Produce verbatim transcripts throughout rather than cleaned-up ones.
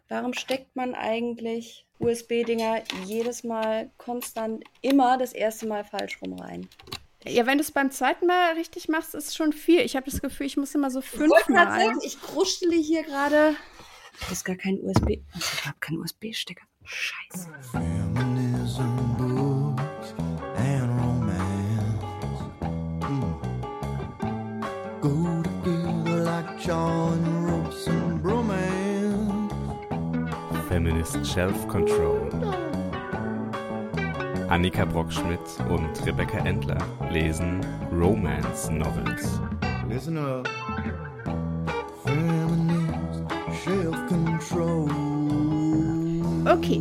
Warum steckt man eigentlich U S B-Dinger jedes Mal konstant immer das erste Mal falsch rum rein? Ja, wenn du es beim zweiten Mal richtig machst, ist es schon viel. Ich habe das Gefühl, ich muss immer so Ich wollte gerade fünfmal. sagen, ich kruschele hier gerade. Das ist gar kein U S B. Das ist überhaupt kein U S B-Stecker. Scheiße. Feminism, books, and romance mm. go together like jaw and ropes and bromance. Feminist Shelf Control. Annika Brockschmidt und Rebecca Endler lesen Romance Novels. Listen up. Feminist Shelf Control. Okay.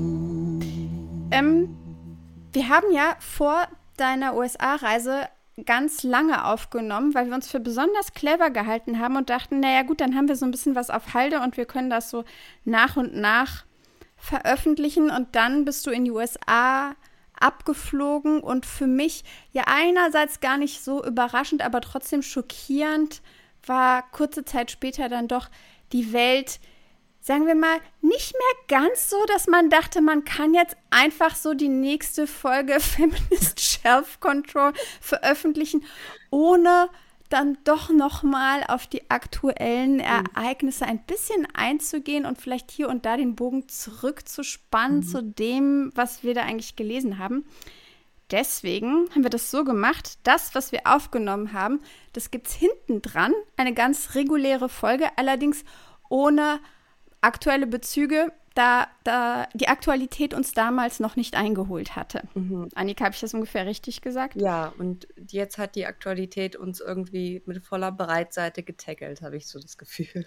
Ähm, wir haben ja vor deiner U S A-Reise ganz lange aufgenommen, weil wir uns für besonders clever gehalten haben und dachten, naja gut, dann haben wir so ein bisschen was auf Halde und wir können das so nach und nach veröffentlichen. Und dann bist du in die U S A abgeflogen und für mich ja einerseits gar nicht so überraschend, aber trotzdem schockierend war kurze Zeit später dann doch die Welt, sagen wir mal, nicht mehr ganz so, dass man dachte, man kann jetzt einfach so die nächste Folge Feminist Shelf Control veröffentlichen, ohne dann doch noch mal auf die aktuellen Ereignisse ein bisschen einzugehen und vielleicht hier und da den Bogen zurückzuspannen mhm. zu dem, was wir da eigentlich gelesen haben. Deswegen haben wir das so gemacht, das, was wir aufgenommen haben, das gibt's hinten dran, eine ganz reguläre Folge, allerdings ohne aktuelle Bezüge, da, da die Aktualität uns damals noch nicht eingeholt hatte. Mhm. Annika, habe ich das ungefähr richtig gesagt? Ja, und jetzt hat die Aktualität uns irgendwie mit voller Breitseite getackelt, habe ich so das Gefühl.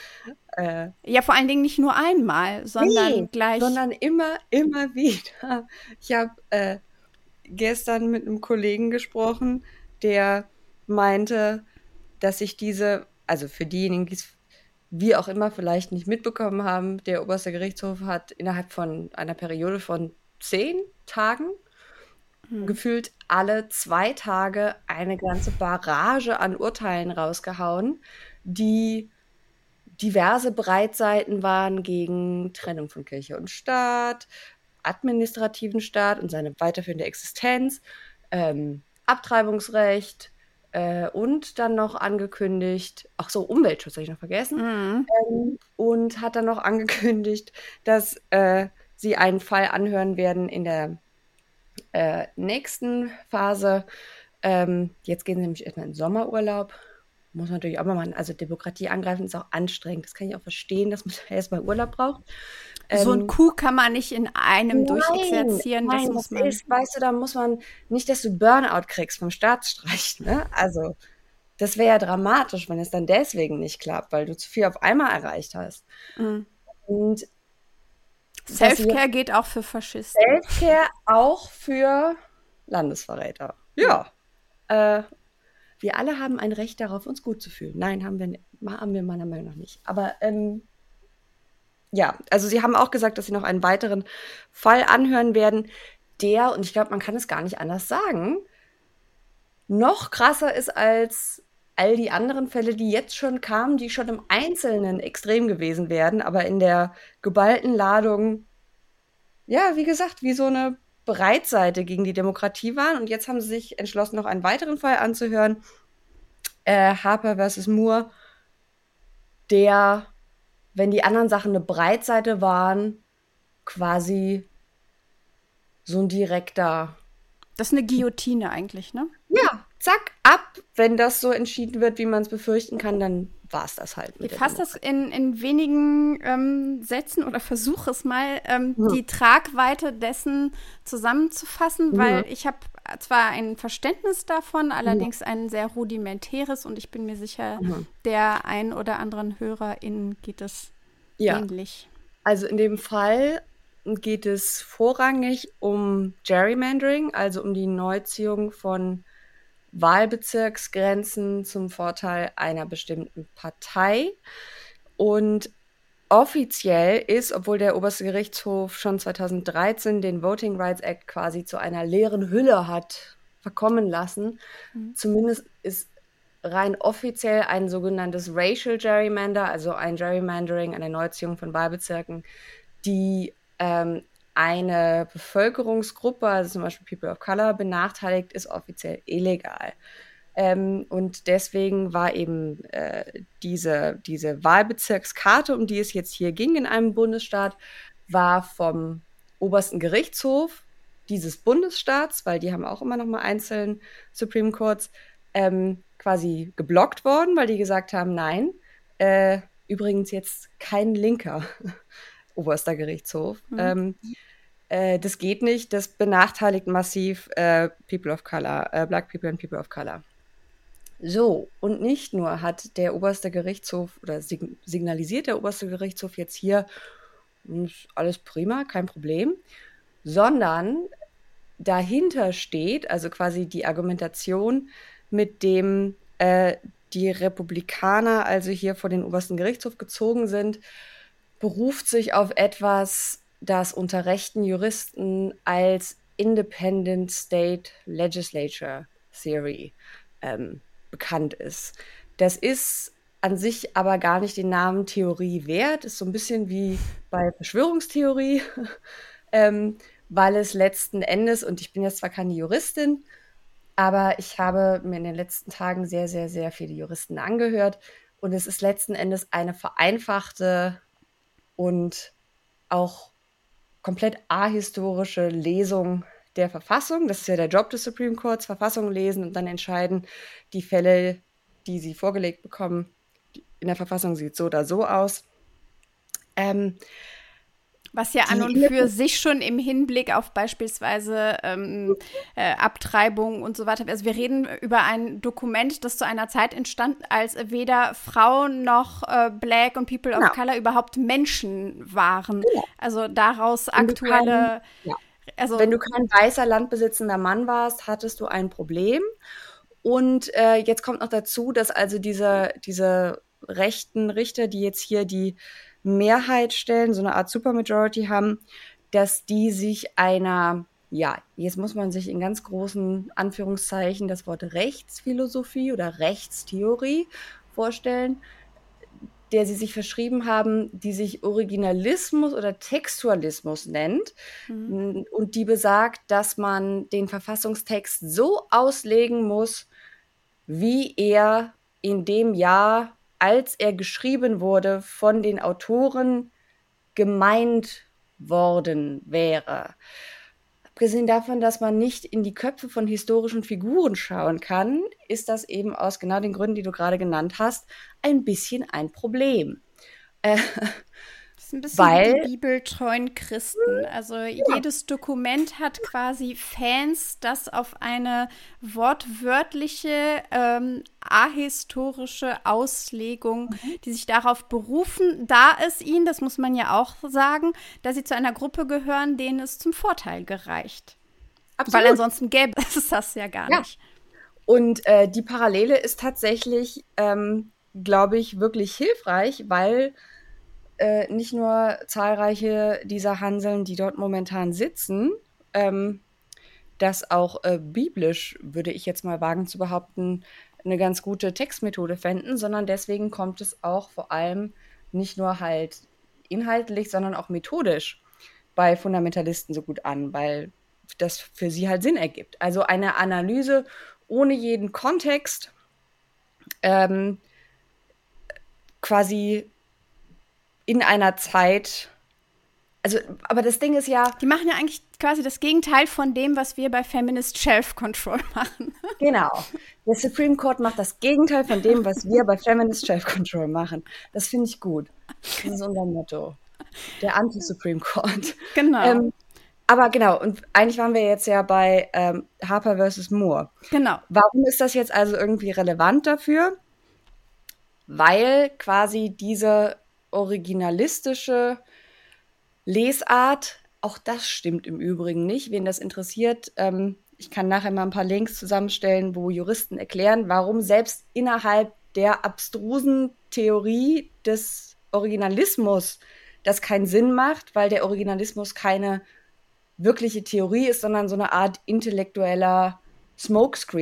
äh, ja, vor allen Dingen nicht nur einmal, sondern nee, gleich. Sondern immer, immer wieder. Ich habe äh, gestern mit einem Kollegen gesprochen, der meinte, dass sich diese, also für diejenigen, die es wie auch immer vielleicht nicht mitbekommen haben, der oberste Gerichtshof hat innerhalb von einer Periode von zehn Tagen hm. gefühlt alle zwei Tage eine ganze Barrage an Urteilen rausgehauen, die diverse Breitseiten waren gegen Trennung von Kirche und Staat, administrativen Staat und seine weiterführende Existenz, ähm, Abtreibungsrecht, Äh, und dann noch angekündigt, ach so, Umweltschutz habe ich noch vergessen, mhm. ähm, und hat dann noch angekündigt, dass äh, sie einen Fall anhören werden in der äh, nächsten Phase. Ähm, jetzt gehen sie nämlich erstmal in Sommerurlaub. Muss man natürlich auch mal machen. Also Demokratie angreifen ist auch anstrengend. Das kann ich auch verstehen, dass man erstmal Urlaub braucht. So ein Coup kann man nicht in einem nein, durchexerzieren. Nein, das muss das man. Ist, weißt du, da muss man nicht, dass du Burnout kriegst vom Staatsstreich. Ne? Also, das wäre ja dramatisch, wenn es dann deswegen nicht klappt, weil du zu viel auf einmal erreicht hast. Mhm. Und Selfcare geht auch für Faschisten. Selfcare auch für Landesverräter. Ja. Äh, wir alle haben ein Recht darauf, uns gut zu fühlen. Nein, haben wir, haben wir meiner Meinung nach nicht. Aber, ähm, ja, also sie haben auch gesagt, dass sie noch einen weiteren Fall anhören werden, der, und ich glaube, man kann es gar nicht anders sagen, noch krasser ist als all die anderen Fälle, die jetzt schon kamen, die schon im Einzelnen extrem gewesen wären, aber in der geballten Ladung, ja, wie gesagt, wie so eine Breitseite gegen die Demokratie waren. Und jetzt haben sie sich entschlossen, noch einen weiteren Fall anzuhören, äh, Harper versus Moore, der, wenn die anderen Sachen eine Breitseite waren, quasi so ein direkter... Das ist eine Guillotine eigentlich, ne? Ja, zack, ab. Wenn das so entschieden wird, wie man es befürchten kann, dann war es das halt. Ich fasse das in, in wenigen ähm, Sätzen oder versuche es mal, ähm, ja. die Tragweite dessen zusammenzufassen, weil ja. ich habe zwar ein Verständnis davon, allerdings ja. ein sehr rudimentäres, und ich bin mir sicher, ja. der ein oder anderen HörerInnen geht es ja. ähnlich. Also in dem Fall geht es vorrangig um Gerrymandering, also um die Neuziehung von Wahlbezirksgrenzen zum Vorteil einer bestimmten Partei. Und offiziell ist, obwohl der oberste Gerichtshof schon zweitausenddreizehn den Voting Rights Act quasi zu einer leeren Hülle hat verkommen lassen, mhm. zumindest ist rein offiziell ein sogenanntes Racial Gerrymander, also ein Gerrymandering, eine Neuziehung von Wahlbezirken, die ähm, eine Bevölkerungsgruppe, also zum Beispiel People of Color, benachteiligt, ist offiziell illegal. Ähm, und deswegen war eben äh, diese, diese Wahlbezirkskarte, um die es jetzt hier ging in einem Bundesstaat, war vom obersten Gerichtshof dieses Bundesstaats, weil die haben auch immer noch mal einzeln Supreme Courts, ähm, quasi geblockt worden, weil die gesagt haben, nein, äh, übrigens jetzt kein linker oberster Gerichtshof. Mhm. Ähm, äh, das geht nicht, das benachteiligt massiv äh, People of Color, äh, Black People and People of Color. So, und nicht nur hat der oberste Gerichtshof oder sig- signalisiert der oberste Gerichtshof jetzt hier, ist alles prima, kein Problem, sondern dahinter steht, also quasi die Argumentation, mit dem äh, die Republikaner also hier vor den obersten Gerichtshof gezogen sind, beruft sich auf etwas, das unter rechten Juristen als Independent State Legislature Theory ähm, bekannt ist. Das ist an sich aber gar nicht den Namen Theorie wert, ist so ein bisschen wie bei Verschwörungstheorie, ähm, weil es letzten Endes, und ich bin jetzt zwar keine Juristin, aber ich habe mir in den letzten Tagen sehr, sehr, sehr viele Juristen angehört und es ist letzten Endes eine vereinfachte und auch komplett ahistorische Lesung der Verfassung. Das ist ja der Job des Supreme Courts, Verfassung lesen und dann entscheiden, die Fälle, die sie vorgelegt bekommen, in der Verfassung sieht so oder so aus. Ähm, Was ja an und für sich schon im Hinblick auf beispielsweise ähm, äh, Abtreibung und so weiter. Also wir reden über ein Dokument, das zu einer Zeit entstand, als weder Frauen noch äh, Black und People of genau. Color überhaupt Menschen waren. Genau. Also daraus Wenn aktuelle... Kein, ja. also, Wenn du kein weißer, landbesitzender Mann warst, hattest du ein Problem. Und äh, jetzt kommt noch dazu, dass also diese, diese rechten Richter, die jetzt hier die Mehrheit stellen, so eine Art Supermajority haben, dass die sich einer, ja, jetzt muss man sich in ganz großen Anführungszeichen das Wort Rechtsphilosophie oder Rechtstheorie vorstellen, der sie sich verschrieben haben, die sich Originalismus oder Textualismus nennt. Mhm. Und die besagt, dass man den Verfassungstext so auslegen muss, wie er in dem Jahr, als er geschrieben wurde, von den Autoren gemeint worden wäre. Abgesehen davon, dass man nicht in die Köpfe von historischen Figuren schauen kann, ist das eben aus genau den Gründen, die du gerade genannt hast, ein bisschen ein Problem. Äh, das ist ein bisschen weil, wie die bibeltreuen Christen. Also ja. jedes Dokument hat quasi Fans, das auf eine wortwörtliche, ähm, ahistorische Auslegung, mhm. die sich darauf berufen, da es ihnen, das muss man ja auch sagen, dass sie zu einer Gruppe gehören, denen es zum Vorteil gereicht. Absolut. Weil ansonsten gäbe es das ja gar ja. nicht. Und äh, die Parallele ist tatsächlich, ähm, glaube ich, wirklich hilfreich, weil äh, nicht nur zahlreiche dieser Hanseln, die dort momentan sitzen, ähm, das auch äh, biblisch, würde ich jetzt mal wagen zu behaupten, eine ganz gute Textmethode fänden, sondern deswegen kommt es auch vor allem nicht nur halt inhaltlich, sondern auch methodisch bei Fundamentalisten so gut an, weil das für sie halt Sinn ergibt. Also eine Analyse ohne jeden Kontext, ähm, quasi in einer Zeit. Also, aber das Ding ist ja... Die machen ja eigentlich quasi das Gegenteil von dem, was wir bei Feminist Self-Control machen. Genau. Der Supreme Court macht das Gegenteil von dem, was wir bei Feminist Self-Control machen. Das finde ich gut. Das ist unser Motto. Der Anti-Supreme Court. Genau. Ähm, aber genau, und eigentlich waren wir jetzt ja bei ähm, Harper versus Moore. Genau. Warum ist das jetzt also irgendwie relevant dafür? Weil quasi diese originalistische Lesart, auch das stimmt im Übrigen nicht. Wen das interessiert, ähm, ich kann nachher mal ein paar Links zusammenstellen, wo Juristen erklären, warum selbst innerhalb der abstrusen Theorie des Originalismus das keinen Sinn macht, weil der Originalismus keine wirkliche Theorie ist, sondern so eine Art intellektueller Smokescreen.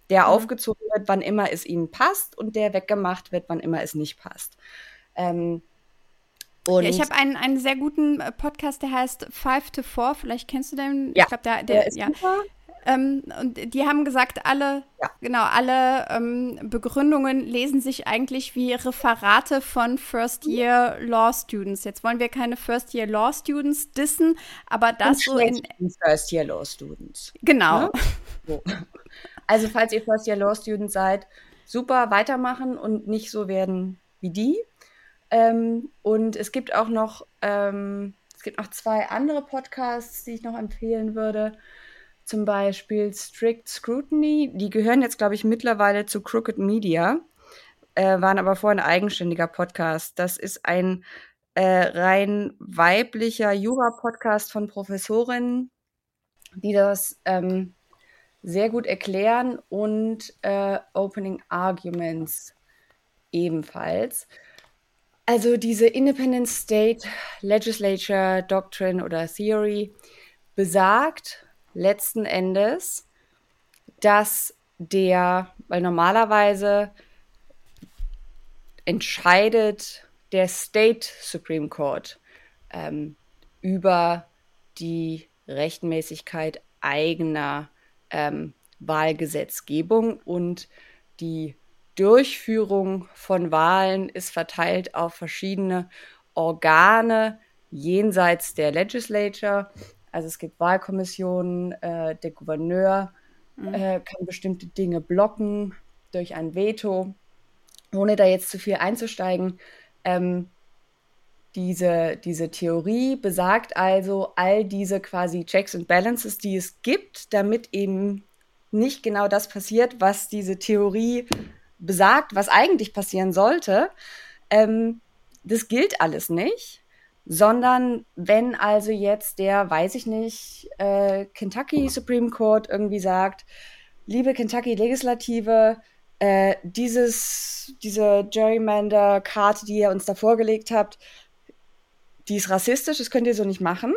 der Mhm. aufgezogen wird, wann immer es ihnen passt und der weggemacht wird, wann immer es nicht passt. Ähm, und Ja, ich habe einen, einen sehr guten äh, Podcast, der heißt Five to Four. Vielleicht kennst du den. Ja, Ich glaube, der, der der, ist ja. super. Ähm, und die haben gesagt, alle, Ja. genau, alle ähm, Begründungen lesen sich eigentlich wie Referate von First-Year Law Students. Jetzt wollen wir keine First-Year Law Students dissen, aber Und das so in, schlechten First-Year-Law-Students. genau. Ne? So. Also falls ihr First-Year-Law-Student seid, super weitermachen und nicht so werden wie die. Ähm, und es gibt auch noch, ähm, es gibt noch zwei andere Podcasts, die ich noch empfehlen würde. Zum Beispiel Strict Scrutiny. Die gehören jetzt, glaube ich, mittlerweile zu Crooked Media, äh, waren aber vorher ein eigenständiger Podcast. Das ist ein äh, rein weiblicher Jura-Podcast von Professorinnen, die das ähm, sehr gut erklären und äh, Opening Arguments ebenfalls. Also diese Independent State Legislature Doctrine oder Theory besagt letzten Endes, dass der, weil normalerweise entscheidet der State Supreme Court ähm, über die Rechtmäßigkeit eigener ähm, Wahlgesetzgebung und die Durchführung von Wahlen ist verteilt auf verschiedene Organe jenseits der Legislature. Also es gibt Wahlkommissionen, äh, der Gouverneur äh, kann bestimmte Dinge blocken durch ein Veto. Ohne da jetzt zu viel einzusteigen, ähm, diese, diese Theorie besagt also, all diese quasi Checks and Balances, die es gibt, damit eben nicht genau das passiert, was diese Theorie besagt, was eigentlich passieren sollte, ähm, das gilt alles nicht, sondern wenn also jetzt der, weiß ich nicht, äh, Kentucky Supreme Court irgendwie sagt, liebe Kentucky Legislative, äh, dieses, diese Gerrymander-Karte, die ihr uns da vorgelegt habt, die ist rassistisch, das könnt ihr so nicht machen,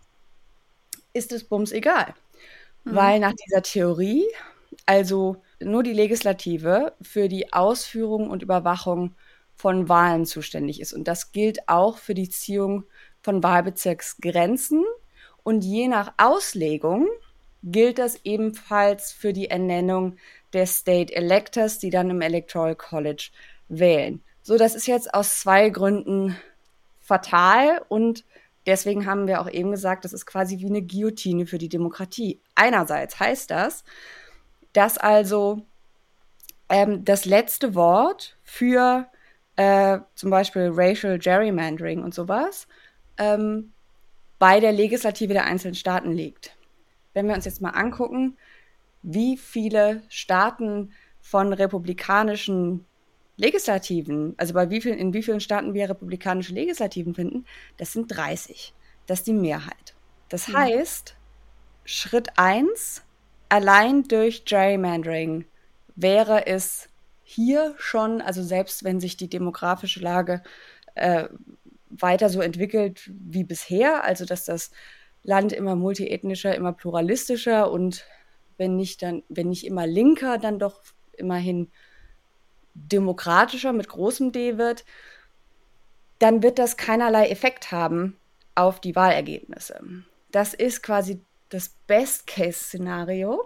ist es bums egal. Mhm. Weil nach dieser Theorie, also nur die Legislative für die Ausführung und Überwachung von Wahlen zuständig ist. Und das gilt auch für die Ziehung von Wahlbezirksgrenzen. Und je nach Auslegung gilt das ebenfalls für die Ernennung der State Electors, die dann im Electoral College wählen. So, das ist jetzt aus zwei Gründen fatal und deswegen haben wir auch eben gesagt, das ist quasi wie eine Guillotine für die Demokratie. Einerseits heißt das, dass also ähm, das letzte Wort für äh, zum Beispiel Racial Gerrymandering und sowas ähm, bei der Legislative der einzelnen Staaten liegt. Wenn wir uns jetzt mal angucken, wie viele Staaten von republikanischen Legislativen, also bei wie vielen, in wie vielen Staaten wir republikanische Legislativen finden, das sind dreißig. Das ist die Mehrheit. Das mhm. heißt, Schritt eins, allein durch Gerrymandering wäre es hier schon, also selbst wenn sich die demografische Lage äh, weiter so entwickelt wie bisher, also dass das Land immer multiethnischer, immer pluralistischer und wenn nicht dann, wenn nicht immer linker, dann doch immerhin demokratischer mit großem D wird, dann wird das keinerlei Effekt haben auf die Wahlergebnisse. Das ist quasi das Best-Case-Szenario,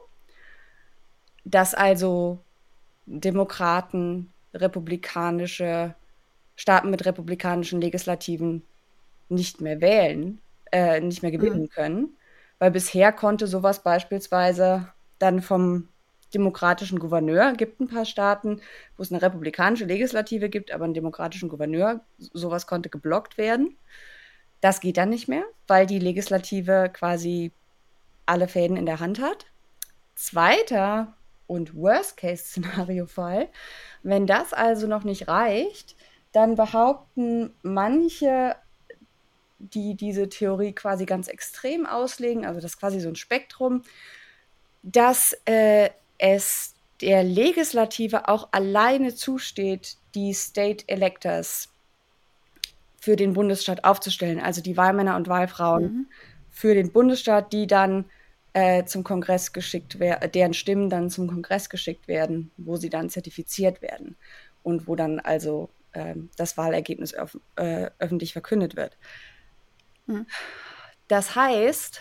dass also Demokraten, republikanische Staaten mit republikanischen Legislativen nicht mehr wählen, äh, nicht mehr gewinnen mhm. können, weil bisher konnte sowas beispielsweise dann vom demokratischen Gouverneur, gibt ein paar Staaten, wo es eine republikanische Legislative gibt, aber einen demokratischen Gouverneur, sowas konnte geblockt werden. Das geht dann nicht mehr, weil die Legislative quasi alle Fäden in der Hand hat. Zweiter und Worst-Case-Szenario-Fall, wenn das also noch nicht reicht, dann behaupten manche, die diese Theorie quasi ganz extrem auslegen, also das ist quasi so ein Spektrum, dass äh, es der Legislative auch alleine zusteht, die State Electors für den Bundesstaat aufzustellen, also die Wahlmänner und Wahlfrauen mhm. für den Bundesstaat, die dann äh, zum Kongress geschickt werden, deren Stimmen dann zum Kongress geschickt werden, wo sie dann zertifiziert werden und wo dann also äh, das Wahlergebnis öf- äh, öffentlich verkündet wird. Hm. Das heißt,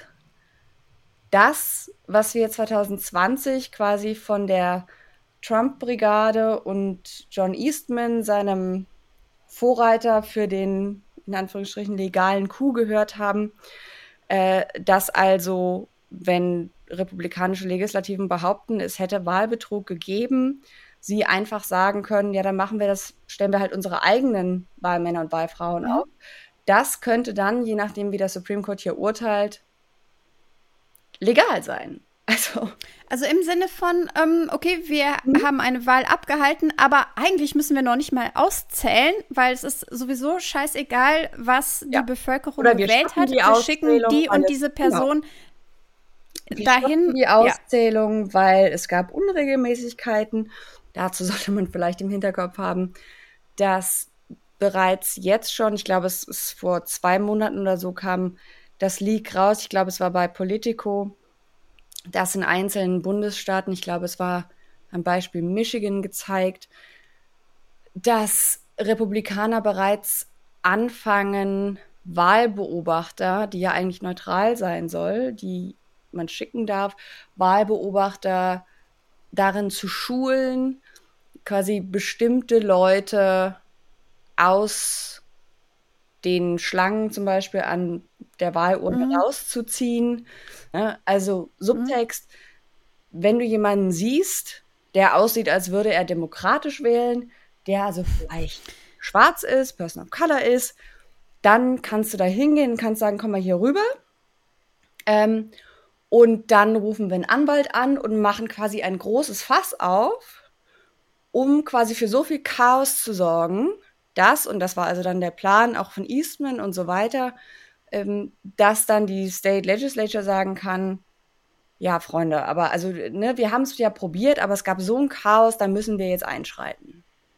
das, was wir zwanzig zwanzig quasi von der Trump-Brigade und John Eastman, seinem Vorreiter für den, in Anführungsstrichen, legalen Coup gehört haben, äh, dass also, wenn republikanische Legislativen behaupten, es hätte Wahlbetrug gegeben, sie einfach sagen können, ja, dann machen wir das, stellen wir halt unsere eigenen Wahlmänner und Wahlfrauen Mhm. auf. Das könnte dann, je nachdem, wie der Supreme Court hier urteilt, legal sein. Also, Also im Sinne von, ähm, okay, wir Mhm. haben eine Wahl abgehalten, aber eigentlich müssen wir noch nicht mal auszählen, weil es ist sowieso scheißegal, was Ja. die Bevölkerung Oder wir gewählt stoppen hat. die Wir schicken Auszählung, die weil und es- diese genau. Person wir dahin. stoppen die Ja. Auszählung, weil es gab Unregelmäßigkeiten. Dazu sollte man vielleicht im Hinterkopf haben, dass bereits jetzt schon, ich glaube, es ist vor zwei Monaten oder so, kam das Leak raus. Ich glaube, es war bei Politico, dass in einzelnen Bundesstaaten, ich glaube, es war am Beispiel Michigan gezeigt, dass Republikaner bereits anfangen, Wahlbeobachter, die ja eigentlich neutral sein soll, die man schicken darf, Wahlbeobachter darin zu schulen, quasi bestimmte Leute aus den Schlangen zum Beispiel an der Wahlurne Mhm. rauszuziehen. Ja, also Subtext, wenn du jemanden siehst, der aussieht, als würde er demokratisch wählen, der also vielleicht schwarz ist, Person of Color ist, dann kannst du da hingehen und kannst sagen, komm mal hier rüber. Ähm, und dann rufen wir einen Anwalt an und machen quasi ein großes Fass auf, um quasi für so viel Chaos zu sorgen, dass, und das war also dann der Plan auch von Eastman und so weiter, ähm, dass dann die State Legislature sagen kann, ja, Freunde, aber also, ne, wir haben es ja probiert, aber es gab so ein Chaos, da müssen wir jetzt einschreiten.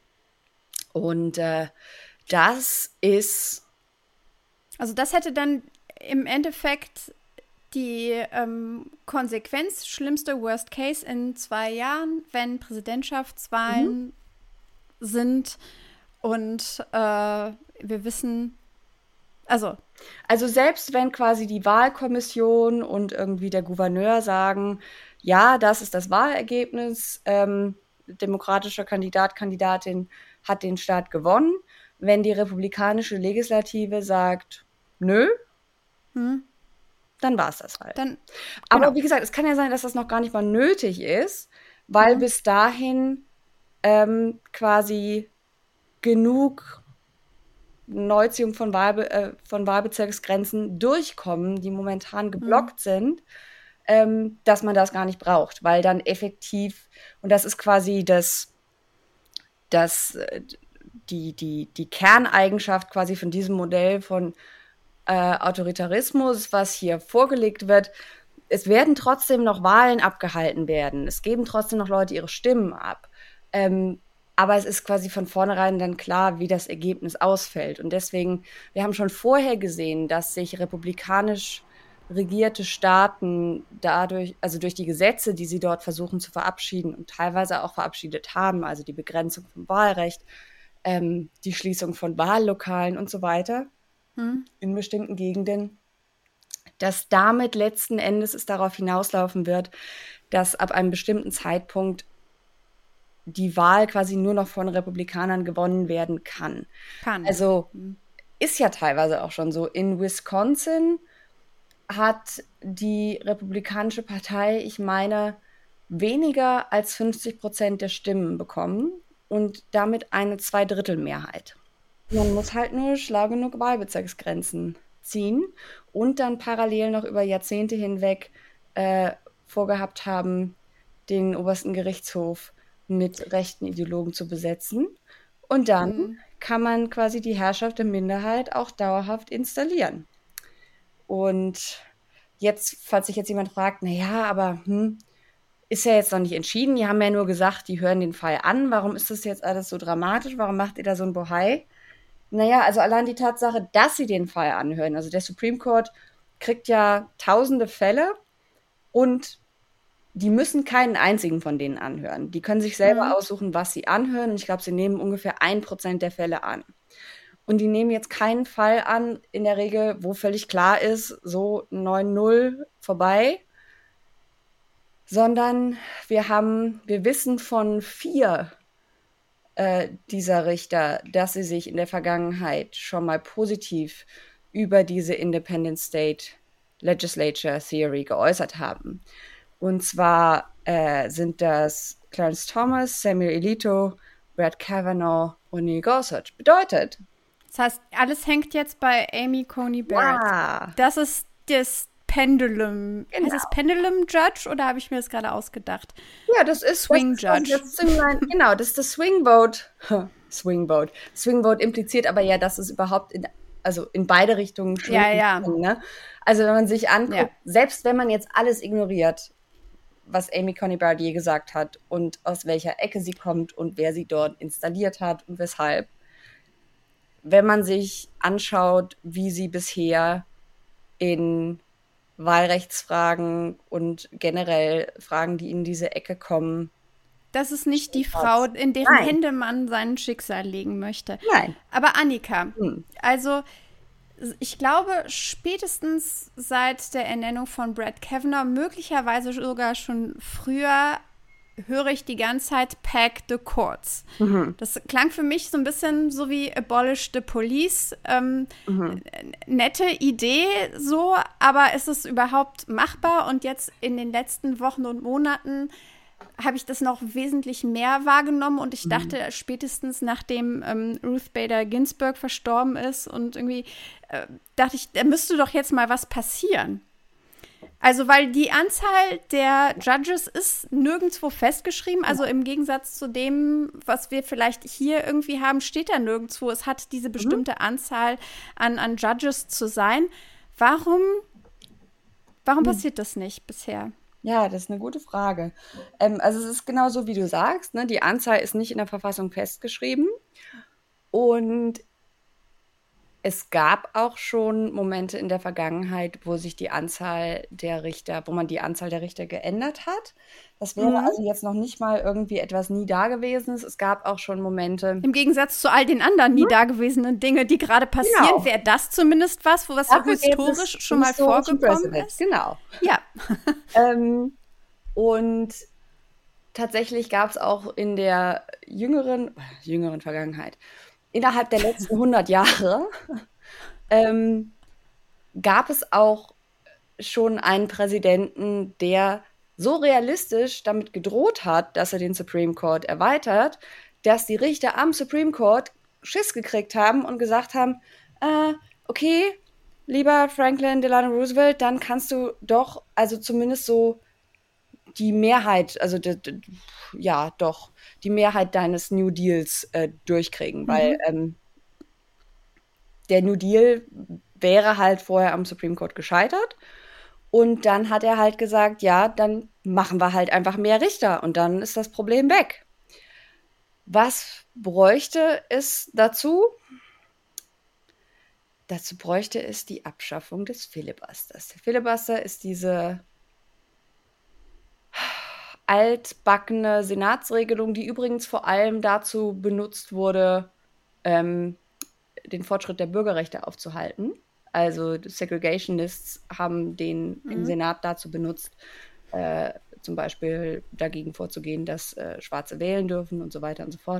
Und äh, das ist, Also das hätte dann im Endeffekt die ähm, Konsequenz, schlimmste Worst Case in zwei Jahren, wenn Präsidentschaftswahlen sind und äh, wir wissen, also also selbst wenn quasi die Wahlkommission und irgendwie der Gouverneur sagen, ja, das ist das Wahlergebnis, ähm, demokratischer Kandidat, Kandidatin hat den Staat gewonnen, wenn die republikanische Legislative sagt, nö, hm, dann war es das halt. dann Aber genau. wie gesagt, es kann ja sein, dass das noch gar nicht mal nötig ist, weil Mhm. bis dahin ähm, quasi genug Neuziehung von, Wahlbe äh, von Wahlbezirksgrenzen durchkommen, die momentan geblockt sind, ähm, dass man das gar nicht braucht, weil dann effektiv, und das ist quasi das, das äh, die, die, die Kerneigenschaft quasi von diesem Modell von äh, Autoritarismus, was hier vorgelegt wird, es werden trotzdem noch Wahlen abgehalten werden. Es geben trotzdem noch Leute ihre Stimmen ab. Ähm, aber es ist quasi von vornherein dann klar, wie das Ergebnis ausfällt. Und deswegen, wir haben schon vorher gesehen, dass sich republikanisch regierte Staaten dadurch, also durch die Gesetze, die sie dort versuchen zu verabschieden und teilweise auch verabschiedet haben, also die Begrenzung vom Wahlrecht, ähm, die Schließung von Wahllokalen und so weiter Hm. in bestimmten Gegenden, dass damit letzten Endes es darauf hinauslaufen wird, dass ab einem bestimmten Zeitpunkt die Wahl quasi nur noch von Republikanern gewonnen werden kann. Kann. Also Hm. ist ja teilweise auch schon so. In Wisconsin hat die Republikanische Partei, ich meine, weniger als fünfzig Prozent der Stimmen bekommen und damit eine Zweidrittelmehrheit. Man muss halt nur schlau genug Wahlbezirksgrenzen ziehen und dann parallel noch über Jahrzehnte hinweg äh, vorgehabt haben, den obersten Gerichtshof mit rechten Ideologen zu besetzen. Und dann Mhm. kann man quasi die Herrschaft der Minderheit auch dauerhaft installieren. Und jetzt, falls sich jetzt jemand fragt, naja, aber hm, ist ja jetzt noch nicht entschieden, die haben ja nur gesagt, die hören den Fall an, warum ist das jetzt alles so dramatisch, warum macht ihr da so ein Bohai? Naja, also allein die Tatsache, dass sie den Fall anhören, also der Supreme Court kriegt ja tausende Fälle Und die müssen keinen einzigen von denen anhören. Die können sich selber Mhm. aussuchen, was sie anhören. Und ich glaube, sie nehmen ungefähr ein Prozent der Fälle an. Und die nehmen jetzt keinen Fall an, in der Regel, wo völlig klar ist, so neun null vorbei. Sondern wir haben, wir wissen von vier äh, dieser Richter, dass sie sich in der Vergangenheit schon mal positiv über diese Independent State Legislature Theory geäußert haben. Und zwar äh, sind das Clarence Thomas, Samuel Alito, Brett Kavanaugh und Neil Gorsuch. Bedeutet, Das heißt, alles hängt jetzt bei Amy Coney Barrett. wow. Das ist das Pendulum. Genau. Heißt das Pendulum Judge oder habe ich mir das gerade ausgedacht? Ja, das ist Swing das ist Judge. Das Swingline, genau, das ist das Swing Vote. Swing Vote. Swing Vote impliziert aber ja, dass es überhaupt in, also in beide Richtungen schwingen Ja, ja. kann, ne? Also wenn man sich anguckt, Ja. selbst wenn man jetzt alles ignoriert, was Amy Coney Barrett je gesagt hat und aus welcher Ecke sie kommt und wer sie dort installiert hat und weshalb, wenn man sich anschaut, wie sie bisher in Wahlrechtsfragen und generell Fragen, die in diese Ecke kommen. Das ist nicht die Frau, in deren Nein. Hände man sein Schicksal legen möchte. Nein. Aber Annika, Hm. also ich glaube, spätestens seit der Ernennung von Brett Kavanaugh, möglicherweise sogar schon früher, höre ich die ganze Zeit Pack the Courts. Mhm. Das klang für mich so ein bisschen so wie Abolish the Police. Ähm, Mhm. Nette Idee so, aber ist es überhaupt machbar? Und jetzt in den letzten Wochen und Monaten habe ich das noch wesentlich mehr wahrgenommen und ich dachte spätestens nachdem ähm, Ruth Bader Ginsburg verstorben ist und irgendwie äh, dachte ich, da müsste doch jetzt mal was passieren. Also, weil die Anzahl der Judges ist nirgendwo festgeschrieben. Also im Gegensatz zu dem, was wir vielleicht hier irgendwie haben, steht da nirgendwo. Es hat diese bestimmte Anzahl an, an Judges zu sein. Warum, warum passiert das nicht bisher? Ja, das ist eine gute Frage. Ähm, also es ist genau so, wie du sagst, ne? Die Anzahl ist nicht in der Verfassung festgeschrieben. Und es gab auch schon Momente in der Vergangenheit, wo sich die Anzahl der Richter, wo man die Anzahl der Richter geändert hat. Das wäre Mhm. also jetzt noch nicht mal irgendwie etwas nie Dagewesenes. Es gab auch schon Momente. Im Gegensatz zu all den anderen nie dagewesenen Dinge, die gerade passieren, Genau. wäre das zumindest was, wo was Dafür gäbe historisch es schon mal historischen vorgekommen Precedent. ist. Genau. Ja. Ähm, und tatsächlich gab es auch in der jüngeren, jüngeren Vergangenheit, innerhalb der letzten hundert Jahre, ähm, gab es auch schon einen Präsidenten, der so realistisch damit gedroht hat, dass er den Supreme Court erweitert, dass die Richter am Supreme Court Schiss gekriegt haben und gesagt haben, äh, okay, lieber Franklin Delano Roosevelt, dann kannst du doch, also zumindest so die Mehrheit, also d- d- ja, doch, die Mehrheit deines New Deals äh, durchkriegen, weil ähm, der New Deal wäre halt vorher am Supreme Court gescheitert. Und dann hat er halt gesagt, ja, dann machen wir halt einfach mehr Richter und dann ist das Problem weg. Was bräuchte es dazu? Dazu bräuchte es die Abschaffung des Filibusters. Der Filibuster ist diese altbackene Senatsregelung, die übrigens vor allem dazu benutzt wurde, ähm, den Fortschritt der Bürgerrechte aufzuhalten. Also die Segregationists haben den Mhm. im Senat dazu benutzt, äh, zum Beispiel dagegen vorzugehen, dass äh, Schwarze wählen dürfen und so weiter und so fort.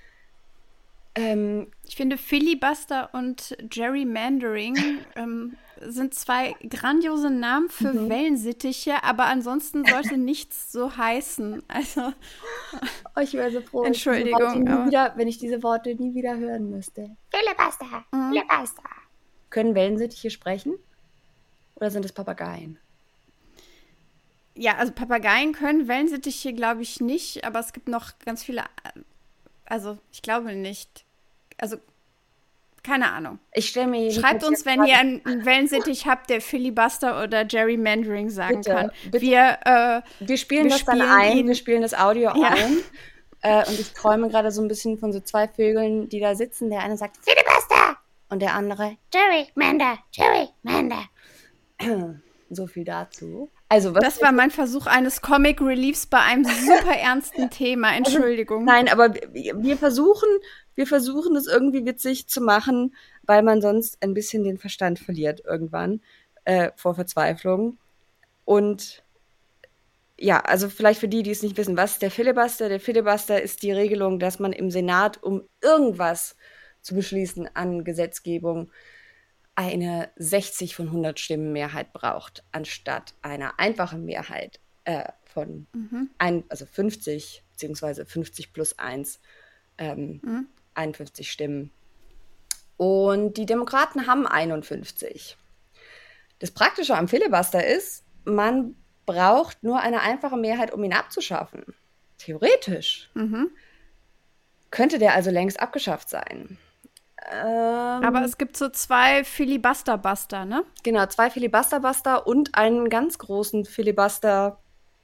Ähm, Ich finde, Filibuster und Gerrymandering ähm, sind zwei grandiose Namen für Mhm. Wellensittiche, aber ansonsten sollte nichts so heißen. Also, oh, ich wäre so froh, wenn ich diese Entschuldigung, Worte nie aber- wieder, wenn ich diese Worte nie wieder hören müsste. Filibuster, Mhm. Filibuster. Können Wellensittiche sprechen? Oder sind es Papageien? ja, also Papageien können Wellensittiche, glaube ich, nicht, aber es gibt noch ganz viele, also ich glaube nicht. Also, keine Ahnung. Ich stelle mir jedenfalls Schreibt uns, jetzt wenn gerade- ihr einen, einen Wellensittich habt, der Filibuster oder Gerrymandering sagen Bitte, kann. bitte. Wir, äh, Wir spielen Wir das dann spielen ein, ihn- wir spielen das Audio Ja. ein. Äh, und ich träume gerade so ein bisschen von so zwei Vögeln, die da sitzen. Der eine sagt Filibuster, und der andere. Gerrymander, Gerrymander. So viel dazu. Also, was das war mein Versuch eines Comic Reliefs bei einem super ernsten Thema. Entschuldigung. Also, nein, aber wir, wir versuchen, wir versuchen es irgendwie witzig zu machen, weil man sonst ein bisschen den Verstand verliert irgendwann äh, vor Verzweiflung. Und ja, also vielleicht für die, die es nicht wissen, was ist der Filibuster? Der Filibuster ist die Regelung, dass man im Senat, um irgendwas zu beschließen an Gesetzgebung, eine sechzig von hundert Stimmen Mehrheit braucht, anstatt einer einfachen Mehrheit äh, von Mhm. ein, also fünfzig, beziehungsweise fünfzig plus eins, ähm, Mhm. einundfünfzig Stimmen. Und die Demokraten haben einundfünfzig. Das Praktische am Filibuster ist, man braucht nur eine einfache Mehrheit, um ihn abzuschaffen. Theoretisch Mhm. könnte der also längst abgeschafft sein. Ähm, Aber es gibt so zwei Filibuster-Buster, ne? Genau, zwei Filibuster-Buster und einen ganz großen Filibuster-Buster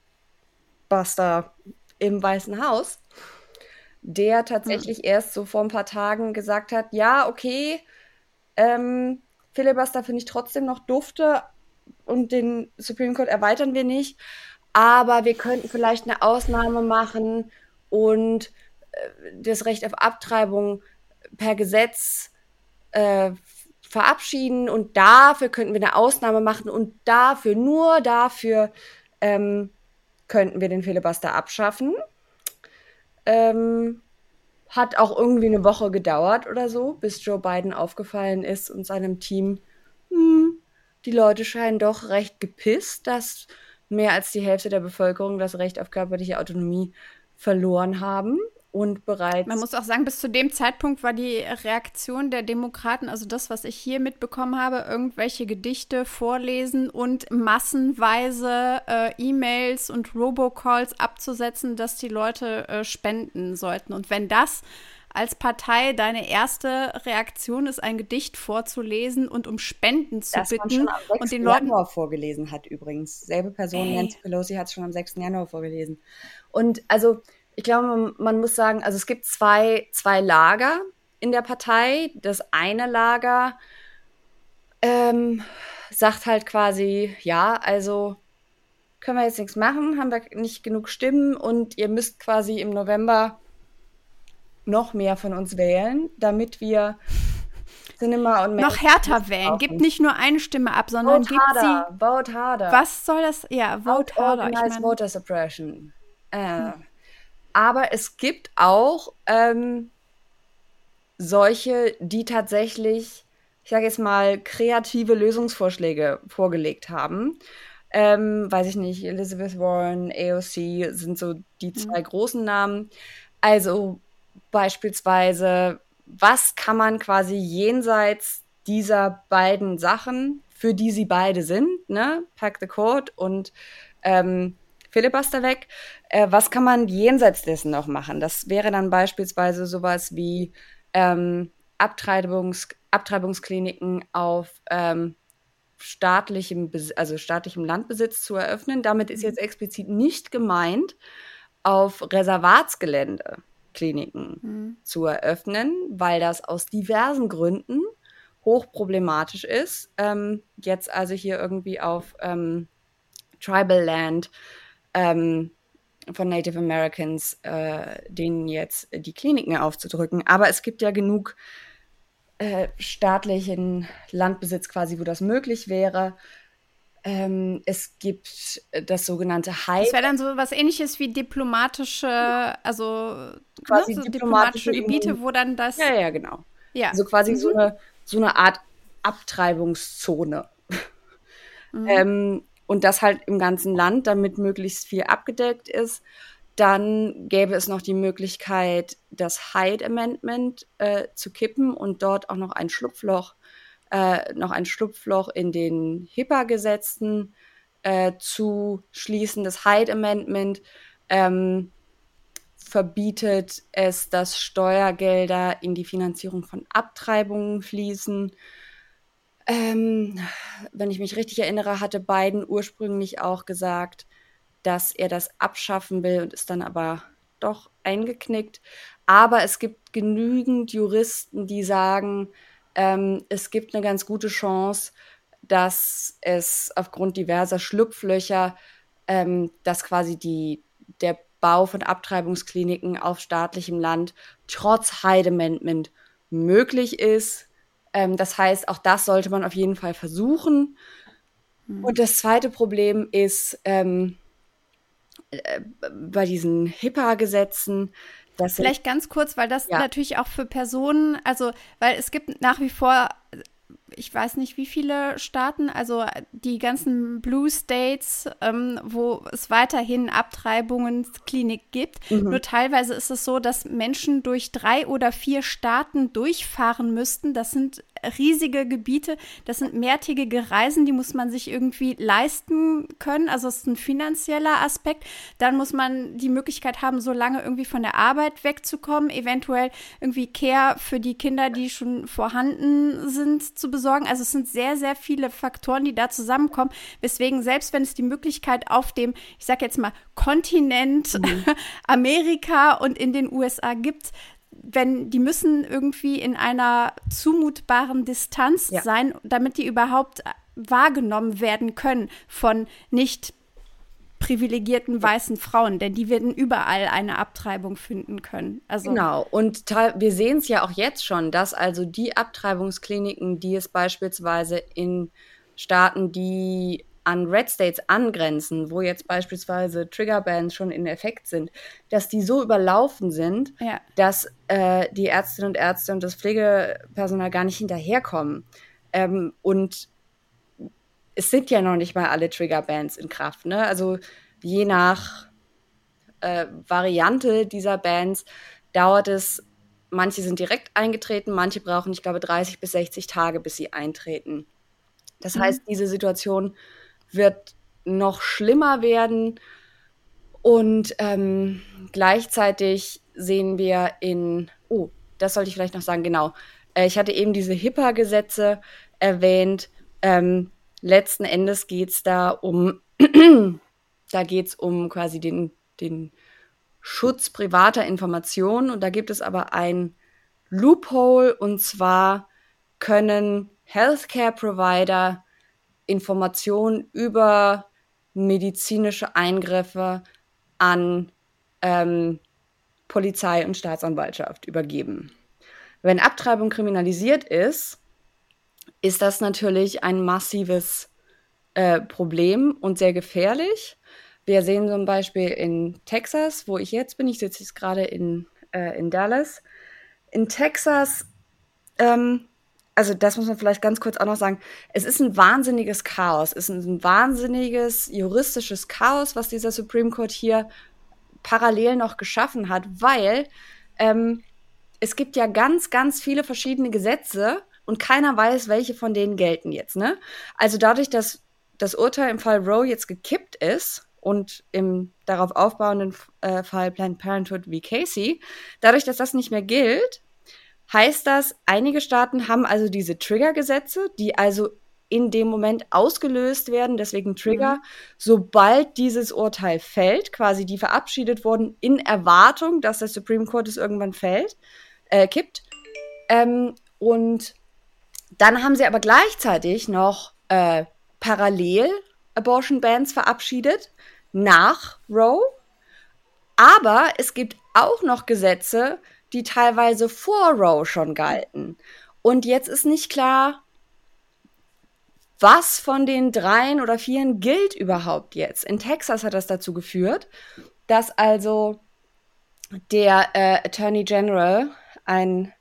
im Weißen Haus, der tatsächlich hm. erst so vor ein paar Tagen gesagt hat, ja, okay, ähm, Filibuster finde ich trotzdem noch dufte und den Supreme Court erweitern wir nicht, aber wir könnten vielleicht eine Ausnahme machen und äh, das Recht auf Abtreibung per Gesetz äh, verabschieden und dafür könnten wir eine Ausnahme machen und dafür, nur dafür ähm, könnten wir den Filibuster abschaffen. Ähm, hat auch irgendwie eine Woche gedauert oder so, bis Joe Biden aufgefallen ist und seinem Team, hm, die Leute scheinen doch recht gepisst, dass mehr als die Hälfte der Bevölkerung das Recht auf körperliche Autonomie verloren haben. Und bereits. Man muss auch sagen, bis zu dem Zeitpunkt war die Reaktion der Demokraten, also das, was ich hier mitbekommen habe, irgendwelche Gedichte vorlesen und massenweise äh, E-Mails und Robocalls abzusetzen, dass die Leute äh, spenden sollten. Und wenn das als Partei deine erste Reaktion ist, ein Gedicht vorzulesen und um Spenden zu das bitten man schon am sechsten und den Leuten Januar vorgelesen hat übrigens. Selbe Person, Ey. Nancy Pelosi, hat es schon am sechsten Januar vorgelesen. Und also ich glaube, man, man muss sagen, also es gibt zwei, zwei Lager in der Partei. Das eine Lager ähm, sagt halt quasi, ja, also können wir jetzt nichts machen, haben wir nicht genug Stimmen und ihr müsst quasi im November noch mehr von uns wählen, damit wir Cinema und noch härter wählen. Gibt nicht nur eine Stimme ab, sondern vote gibt harder, sie. Vote harder. Was soll das? Ja, vote harder. Organized Ich mein, Voter Suppression. Äh. Hm. Aber es gibt auch ähm, solche, die tatsächlich, ich sage jetzt mal, kreative Lösungsvorschläge vorgelegt haben. Ähm, weiß ich nicht, Elizabeth Warren, A O C sind so die zwei mhm. großen Namen. Also beispielsweise, was kann man quasi jenseits dieser beiden Sachen, für die sie beide sind, ne, Pack the Court und ähm, Filibuster weg. Äh, was kann man jenseits dessen noch machen? Das wäre dann beispielsweise sowas wie ähm, Abtreibungs Abtreibungskliniken auf ähm, staatlichem, also staatlichem Landbesitz zu eröffnen. Damit ist jetzt explizit nicht gemeint, auf Reservatsgelände Kliniken mhm. zu eröffnen, weil das aus diversen Gründen hochproblematisch ist. Ähm, jetzt also hier irgendwie auf ähm, Tribal Land Ähm, von Native Americans, äh, denen jetzt die Kliniken aufzudrücken. Aber es gibt ja genug äh, staatlichen Landbesitz quasi, wo das möglich wäre. Ähm, es gibt das sogenannte High. Das wäre dann so was Ähnliches wie diplomatische, also quasi ne, so diplomatische, diplomatische Gebiete, wo dann das. Ja, ja, genau. Ja. Also quasi mhm. so, eine, so eine Art Abtreibungszone. Mhm. ähm, Und das halt im ganzen Land, damit möglichst viel abgedeckt ist. Dann gäbe es noch die Möglichkeit, das Hyde Amendment äh, zu kippen und dort auch noch ein Schlupfloch, äh, noch ein Schlupfloch in den HIPAA-Gesetzen äh, zu schließen. Das Hyde Amendment ähm, verbietet es, dass Steuergelder in die Finanzierung von Abtreibungen fließen. Ähm, wenn ich mich richtig erinnere, hatte Biden ursprünglich auch gesagt, dass er das abschaffen will und ist dann aber doch eingeknickt. Aber es gibt genügend Juristen, die sagen, ähm, es gibt eine ganz gute Chance, dass es aufgrund diverser Schlupflöcher, ähm, dass quasi die, der Bau von Abtreibungskliniken auf staatlichem Land trotz Hyde Amendment möglich ist. Ähm, das heißt, auch das sollte man auf jeden Fall versuchen. Mhm. Und das zweite Problem ist ähm, äh, bei diesen HIPAA-Gesetzen, das sind, Vielleicht ganz kurz, weil das ja. natürlich auch für Personen, also weil es gibt nach wie vor, ich weiß nicht wie viele Staaten, also die ganzen Blue States, ähm, wo es weiterhin Abtreibungsklinik gibt. Mhm. Nur teilweise ist es so, dass Menschen durch drei oder vier Staaten durchfahren müssten. Das sind riesige Gebiete, das sind mehrtägige Reisen, die muss man sich irgendwie leisten können. Also es ist ein finanzieller Aspekt. Dann muss man die Möglichkeit haben, so lange irgendwie von der Arbeit wegzukommen, eventuell irgendwie Care für die Kinder, die schon vorhanden sind, zu besorgen. Also es sind sehr, sehr viele Faktoren, die da zusammenkommen, weswegen selbst wenn es die Möglichkeit auf dem, ich sag jetzt mal, Kontinent mhm. Amerika und in den U S A gibt, wenn die müssen irgendwie in einer zumutbaren Distanz ja. sein, damit die überhaupt wahrgenommen werden können von nicht privilegierten weißen Frauen, denn die werden überall eine Abtreibung finden können. Also genau, und wir sehen es ja auch jetzt schon, dass also die Abtreibungskliniken, die es beispielsweise in Staaten, die an Red States angrenzen, wo jetzt beispielsweise Triggerbans schon in Effekt sind, dass die so überlaufen sind, ja. dass äh, die Ärztinnen und Ärzte und das Pflegepersonal gar nicht hinterherkommen. Ähm, und es sind ja noch nicht mal alle Triggerbans in Kraft, ne? Also je nach äh, Variante dieser Bans dauert es, manche sind direkt eingetreten, manche brauchen, ich glaube, dreißig bis sechzig Tage, bis sie eintreten. Das mhm. heißt, diese Situation wird noch schlimmer werden und ähm, gleichzeitig sehen wir in, oh, das sollte ich vielleicht noch sagen, genau, äh, ich hatte eben diese HIPAA-Gesetze erwähnt, ähm, letzten Endes geht es da um, da geht es um quasi den, den Schutz privater Informationen und da gibt es aber ein Loophole und zwar können Healthcare-Provider Informationen über medizinische Eingriffe an ähm, Polizei und Staatsanwaltschaft übergeben. Wenn Abtreibung kriminalisiert ist, ist das natürlich ein massives äh, Problem und sehr gefährlich. Wir sehen zum Beispiel in Texas, wo ich jetzt bin, ich sitze jetzt gerade in, äh, in Dallas. In Texas ähm, also das muss man vielleicht ganz kurz auch noch sagen, es ist ein wahnsinniges Chaos, es ist ein wahnsinniges juristisches Chaos, was dieser Supreme Court hier parallel noch geschaffen hat, weil ähm, es gibt ja ganz, ganz viele verschiedene Gesetze und keiner weiß, welche von denen gelten jetzt, ne? Also dadurch, dass das Urteil im Fall Roe jetzt gekippt ist und im darauf aufbauenden äh, Fall Planned Parenthood v. Casey, dadurch, dass das nicht mehr gilt, heißt das, einige Staaten haben also diese Trigger-Gesetze, die also in dem Moment ausgelöst werden, deswegen Trigger, mhm. sobald dieses Urteil fällt, quasi die verabschiedet wurden in Erwartung, dass der Supreme Court es irgendwann fällt, äh, kippt. Ähm, und dann haben sie aber gleichzeitig noch äh, parallel Abortion-Bans verabschiedet nach Roe. Aber es gibt auch noch Gesetze, die teilweise vor Roe schon galten. Und jetzt ist nicht klar, was von den dreien oder vieren gilt überhaupt jetzt. In Texas hat das dazu geführt, dass also der äh, Attorney General ein,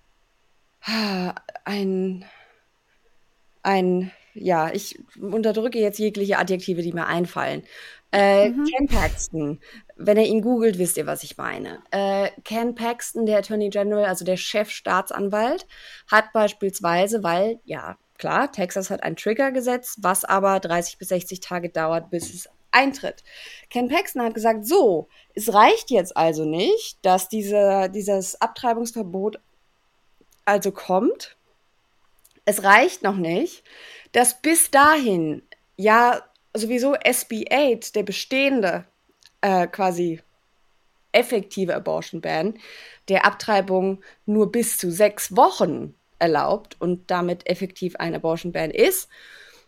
ein, ein, ja, ich unterdrücke jetzt jegliche Adjektive, die mir einfallen. Äh, mhm. Ken Paxton, wenn ihr ihn googelt, wisst ihr, was ich meine. Äh, Ken Paxton, der Attorney General, also der Chefstaatsanwalt, hat beispielsweise, weil, ja, klar, Texas hat ein Triggergesetz, was aber dreißig bis sechzig Tage dauert, bis es eintritt. Ken Paxton hat gesagt, so, es reicht jetzt also nicht, dass diese, dieses Abtreibungsverbot also kommt. Es reicht noch nicht, dass bis dahin ja sowieso S B acht, der bestehende äh, quasi effektive Abortion Ban, der Abtreibung nur bis zu sechs Wochen erlaubt und damit effektiv ein Abortion Ban ist.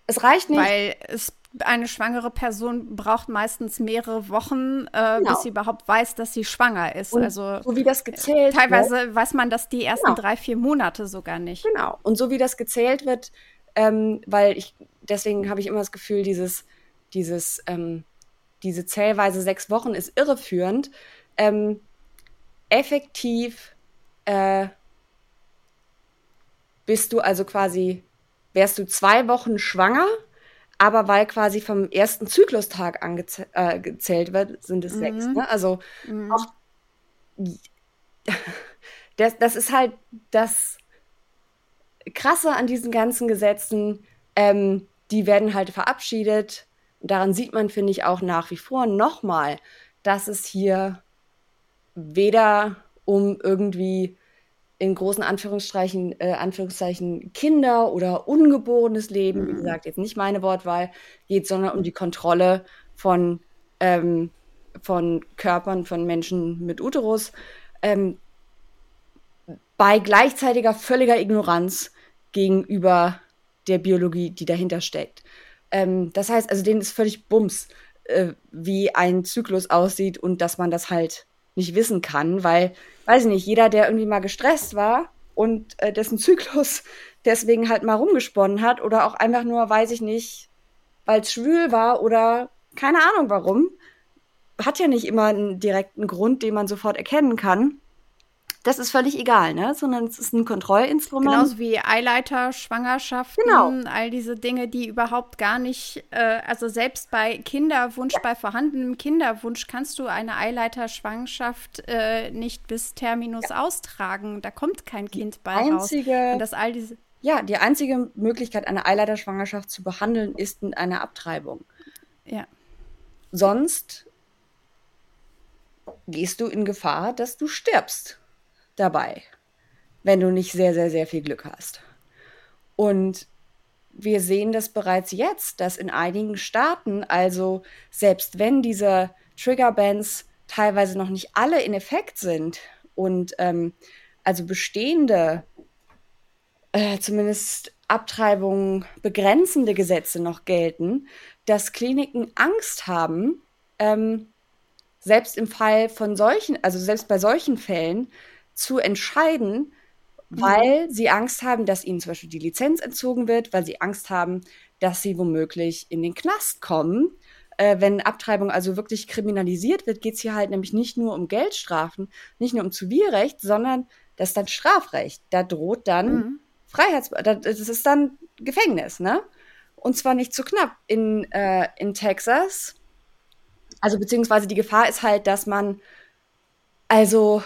Es reicht nicht. Weil es, eine schwangere Person braucht meistens mehrere Wochen, äh, Genau. bis sie überhaupt weiß, dass sie schwanger ist. Und also so wie das gezählt teilweise wird, weiß man das die ersten Genau. drei, vier Monate sogar nicht. Genau. Und so wie das gezählt wird, ähm, weil ich, deswegen habe ich immer das Gefühl, dieses, dieses, ähm, diese Zählweise sechs Wochen ist irreführend. Ähm, effektiv äh, bist du also quasi, wärst du zwei Wochen schwanger, aber weil quasi vom ersten Zyklustag angezählt äh, gezählt wird, sind es Mhm. sechs. Ne? Also Mhm. auch das, das ist halt das Krasse an diesen ganzen Gesetzen. Ähm, die werden halt verabschiedet. Daran sieht man, finde ich, auch nach wie vor nochmal, dass es hier weder um irgendwie in großen Anführungszeichen, äh, Anführungszeichen Kinder oder ungeborenes Leben, wie Mhm. gesagt, jetzt nicht meine Wortwahl, geht, sondern um die Kontrolle von, ähm, von Körpern von Menschen mit Uterus, ähm, bei gleichzeitiger völliger Ignoranz gegenüber der Biologie, die dahinter steckt. Ähm, das heißt, also denen ist völlig Bums, äh, wie ein Zyklus aussieht und dass man das halt nicht wissen kann, weil, weiß ich nicht, jeder, der irgendwie mal gestresst war und äh, dessen Zyklus deswegen halt mal rumgesponnen hat oder auch einfach nur, weiß ich nicht, weil es schwül war oder keine Ahnung warum, hat ja nicht immer einen direkten Grund, den man sofort erkennen kann. Das ist völlig egal, ne? Sondern es ist ein Kontrollinstrument. Genauso wie Eileiter, Schwangerschaften, Genau. all diese Dinge, die überhaupt gar nicht, äh, also selbst bei Kinderwunsch, bei vorhandenem Kinderwunsch kannst du eine Eileiterschwangerschaft äh, nicht bis Terminus austragen. Da kommt kein Kind bei raus. Einzige, Und das all diese, ja, die einzige Möglichkeit, eine Eileiterschwangerschaft zu behandeln, ist mit einer Abtreibung. ja. Sonst gehst du in Gefahr, dass du stirbst dabei, wenn du nicht sehr, sehr, sehr viel Glück hast. Und wir sehen das bereits jetzt, dass in einigen Staaten, also selbst wenn diese Triggerbans teilweise noch nicht alle in Effekt sind und ähm, also bestehende, äh, zumindest Abtreibungen begrenzende Gesetze noch gelten, dass Kliniken Angst haben, ähm, selbst im Fall von solchen, also selbst bei solchen Fällen, zu entscheiden, weil mhm. sie Angst haben, dass ihnen zum Beispiel die Lizenz entzogen wird, weil sie Angst haben, dass sie womöglich in den Knast kommen. Äh, wenn Abtreibung also wirklich kriminalisiert wird, geht es hier halt nämlich nicht nur um Geldstrafen, nicht nur um Zivilrecht, sondern das ist dann Strafrecht. Da droht dann mhm. Freiheits... Das ist dann Gefängnis, ne? Und zwar nicht zu knapp. In, äh, in Texas, also beziehungsweise die Gefahr ist halt, dass man also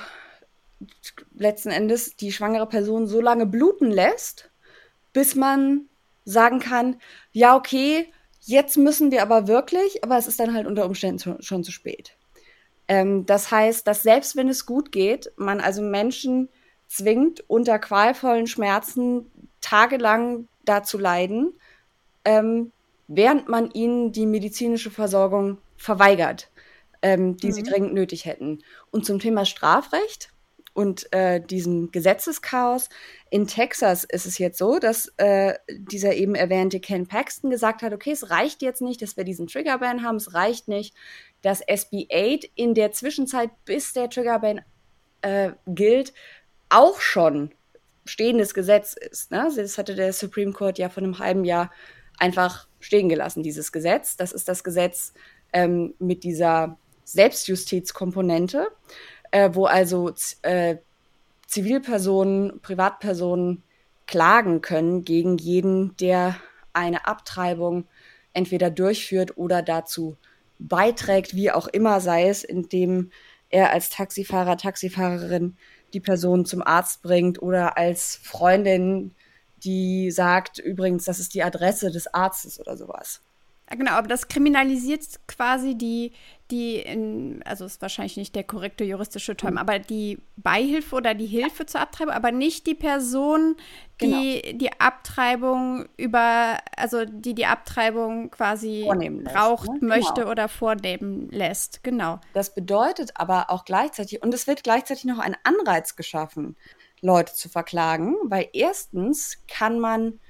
letzten Endes die schwangere Person so lange bluten lässt, bis man sagen kann, ja, okay, jetzt müssen wir aber wirklich, aber es ist dann halt unter Umständen schon, schon zu spät. Ähm, das heißt, dass selbst wenn es gut geht, man also Menschen zwingt, unter qualvollen Schmerzen tagelang da zu leiden, ähm, während man ihnen die medizinische Versorgung verweigert, ähm, die mhm. sie dringend nötig hätten. Und zum Thema Strafrecht und äh, diesem Gesetzeschaos. In Texas ist es jetzt so, dass äh, dieser eben erwähnte Ken Paxton gesagt hat, okay, es reicht jetzt nicht, dass wir diesen Triggerban haben, es reicht nicht, dass S B acht in der Zwischenzeit, bis der Triggerban äh, gilt, auch schon stehendes Gesetz ist. Ne? Das hatte der Supreme Court ja vor einem halben Jahr einfach stehen gelassen, dieses Gesetz. Das ist das Gesetz ähm, mit dieser Selbstjustizkomponente, Äh, wo also äh, Zivilpersonen, Privatpersonen klagen können gegen jeden, der eine Abtreibung entweder durchführt oder dazu beiträgt, wie auch immer, sei es, indem er als Taxifahrer, Taxifahrerin die Person zum Arzt bringt oder als Freundin, die sagt, übrigens, das ist die Adresse des Arztes oder sowas. Genau, aber das kriminalisiert quasi die, die in, also ist wahrscheinlich nicht der korrekte juristische Term, mhm. aber die Beihilfe oder die Hilfe zur Abtreibung, aber nicht die Person, die genau. die Abtreibung über, also die die Abtreibung quasi braucht, lässt, ne? möchte genau. oder vornehmen lässt. Genau. Das bedeutet aber auch gleichzeitig, und es wird gleichzeitig noch ein Anreiz geschaffen, Leute zu verklagen, weil erstens kann man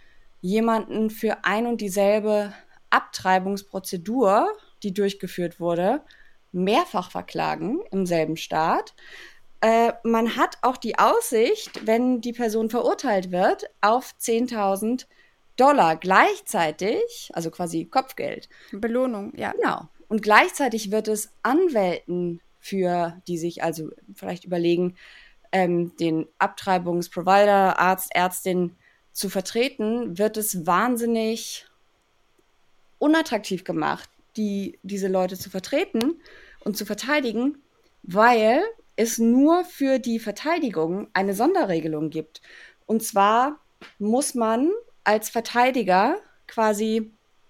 jemanden für ein und dieselbe Abtreibungsprozedur, die durchgeführt wurde, mehrfach verklagen im selben Staat. Äh, man hat auch die Aussicht, wenn die Person verurteilt wird, auf zehntausend Dollar gleichzeitig, also quasi Kopfgeld. Belohnung, ja. Genau. Und gleichzeitig wird es Anwälten für, die sich also vielleicht überlegen, ähm, den Abtreibungsprovider, Arzt, Ärztin zu vertreten, wird es wahnsinnig unattraktiv gemacht, die, diese Leute zu vertreten und zu verteidigen, weil es nur für die Verteidigung eine Sonderregelung gibt. Und zwar muss man als Verteidiger quasi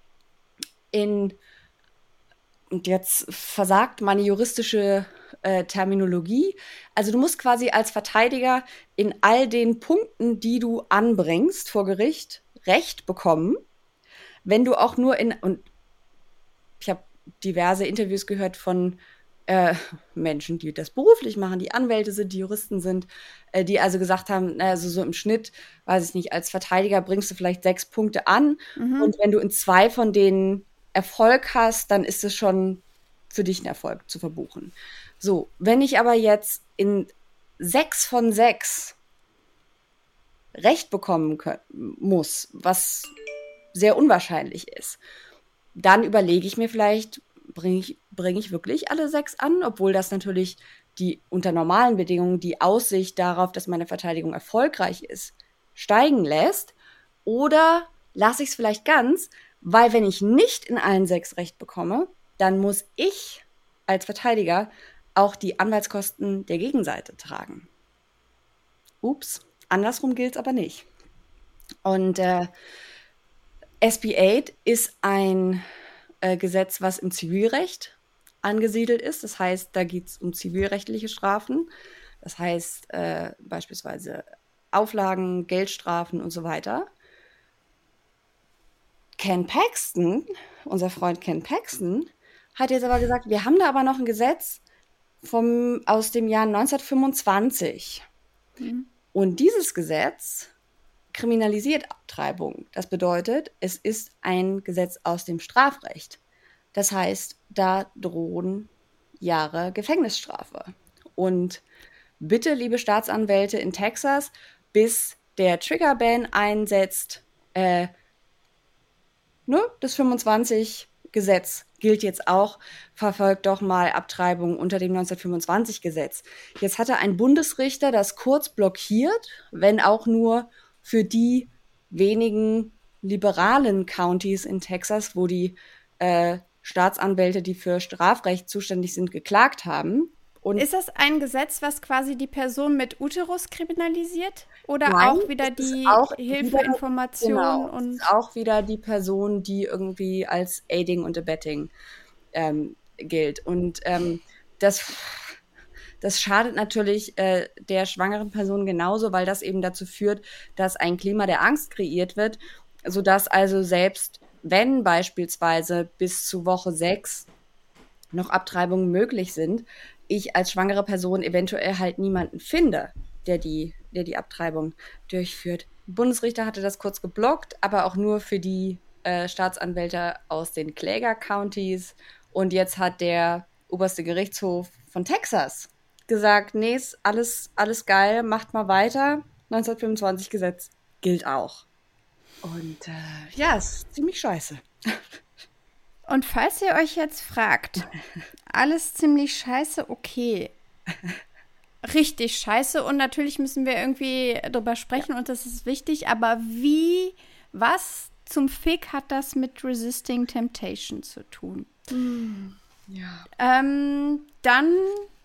in, und jetzt versagt meine juristische äh, Terminologie, also du musst quasi als Verteidiger in all den Punkten, die du anbringst vor Gericht, Recht bekommen, wenn du auch nur in, und ich habe diverse Interviews gehört von äh, Menschen, die das beruflich machen, die Anwälte sind, die Juristen sind, äh, die also gesagt haben, also so im Schnitt, weiß ich nicht, als Verteidiger bringst du vielleicht sechs Punkte an mhm. und wenn du in zwei von denen Erfolg hast, dann ist es schon für dich ein Erfolg zu verbuchen. So, wenn ich aber jetzt in sechs von sechs Recht bekommen können, muss, was sehr unwahrscheinlich ist, dann überlege ich mir vielleicht, bringe ich, bring ich wirklich alle sechs an, obwohl das natürlich die unter normalen Bedingungen die Aussicht darauf, dass meine Verteidigung erfolgreich ist, steigen lässt, oder lasse ich es vielleicht ganz, weil wenn ich nicht in allen sechs Recht bekomme, dann muss ich als Verteidiger auch die Anwaltskosten der Gegenseite tragen. Ups, andersrum gilt es aber nicht. Und äh, S B acht ist ein äh, Gesetz, was im Zivilrecht angesiedelt ist. Das heißt, da geht es um zivilrechtliche Strafen. Das heißt äh, beispielsweise Auflagen, Geldstrafen und so weiter. Ken Paxton, unser Freund Ken Paxton, hat jetzt aber gesagt, wir haben da aber noch ein Gesetz vom, aus dem Jahr neunzehnhundertfünfundzwanzig. Mhm. Und dieses Gesetz kriminalisiert Abtreibung. Das bedeutet, es ist ein Gesetz aus dem Strafrecht. Das heißt, da drohen Jahre Gefängnisstrafe. Und bitte, liebe Staatsanwälte in Texas, bis der Trigger-Ban einsetzt, äh, ne, das fünfundzwanzig-Gesetz gilt jetzt auch, verfolgt doch mal Abtreibung unter dem neunzehnhundertfünfundzwanzig-Gesetz. Jetzt hatte ein Bundesrichter das kurz blockiert, wenn auch nur für die wenigen liberalen Countys in Texas, wo die äh, Staatsanwälte, die für Strafrecht zuständig sind, geklagt haben. Und ist das ein Gesetz, was quasi die Person mit Uterus kriminalisiert? Oder nein, auch wieder die auch Hilfeinformation? Genau, und ist auch wieder die Person, die irgendwie als Aiding und Abetting ähm, gilt. Und ähm, das, das schadet natürlich äh, der schwangeren Person genauso, weil das eben dazu führt, dass ein Klima der Angst kreiert wird, sodass also selbst wenn beispielsweise bis zu Woche sechs noch Abtreibungen möglich sind, ich als schwangere Person eventuell halt niemanden finde, der die, der die Abtreibung durchführt. Der Bundesrichter hatte das kurz geblockt, aber auch nur für die äh, Staatsanwälte aus den Kläger-Countys. Und jetzt hat der oberste Gerichtshof von Texas gesagt, nee, ist alles, alles geil, macht mal weiter. neunzehnhundertfünfundzwanzig-Gesetz gilt auch. Und äh, ja, ist ziemlich scheiße. Und falls ihr euch jetzt fragt, alles ziemlich scheiße, okay. Richtig scheiße und natürlich müssen wir irgendwie drüber sprechen, ja. Und das ist wichtig, aber wie, was zum Fick hat das mit Resisting Temptation zu tun? Mm, ja. Ähm, dann,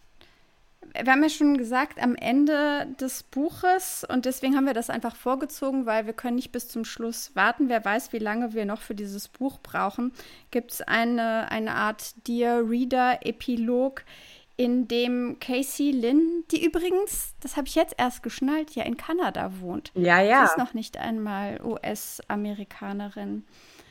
wir haben ja schon gesagt, am Ende des Buches, und deswegen haben wir das einfach vorgezogen, weil wir können nicht bis zum Schluss warten. Wer weiß, wie lange wir noch für dieses Buch brauchen. Gibt es eine, eine Art Dear Reader-Epilog, in dem Casey Lynn, die übrigens, das habe ich jetzt erst geschnallt, ja in Kanada wohnt. Ja, ja. Sie ist noch nicht einmal U S-Amerikanerin.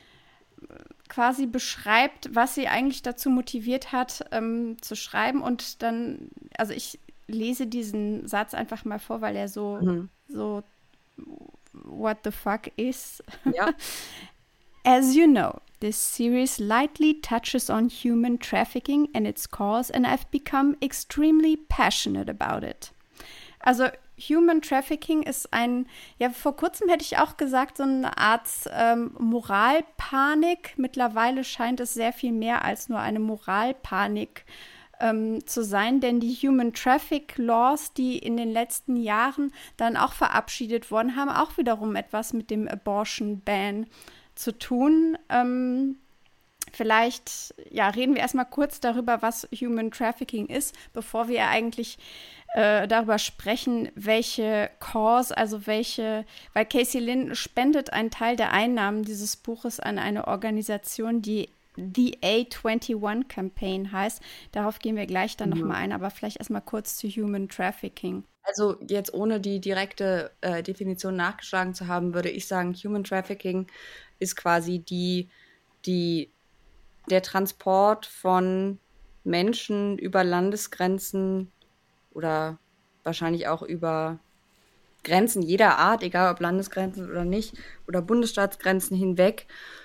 Quasi beschreibt, was sie eigentlich dazu motiviert hat, ähm, zu schreiben. Und dann, also ich lese diesen Satz einfach mal vor, weil er so, mhm. so what the fuck is. Ja. As you know, this series lightly touches on human trafficking and its cause, and I've become extremely passionate about it. Also Human Trafficking ist ein, ja, vor kurzem hätte ich auch gesagt, so eine Art ähm, Moralpanik. Mittlerweile scheint es sehr viel mehr als nur eine Moralpanik ähm, zu sein, denn die Human Traffic Laws, die in den letzten Jahren dann auch verabschiedet wurden, haben auch wiederum etwas mit dem Abortion Ban zu tun. Ähm, vielleicht, ja, reden wir erstmal kurz darüber, was Human Trafficking ist, bevor wir eigentlich äh, darüber sprechen, welche Cause, also welche, weil Casey Lynn spendet einen Teil der Einnahmen dieses Buches an eine Organisation, die The A einundzwanzig Campaign heißt. Darauf gehen wir gleich dann mhm. nochmal ein, aber vielleicht erstmal kurz zu Human Trafficking. Also jetzt ohne die direkte äh, Definition nachgeschlagen zu haben, würde ich sagen, Human Trafficking ist quasi die, die, der Transport von Menschen über Landesgrenzen oder wahrscheinlich auch über Grenzen jeder Art, egal ob Landesgrenzen oder nicht, oder Bundesstaatsgrenzen hinweg,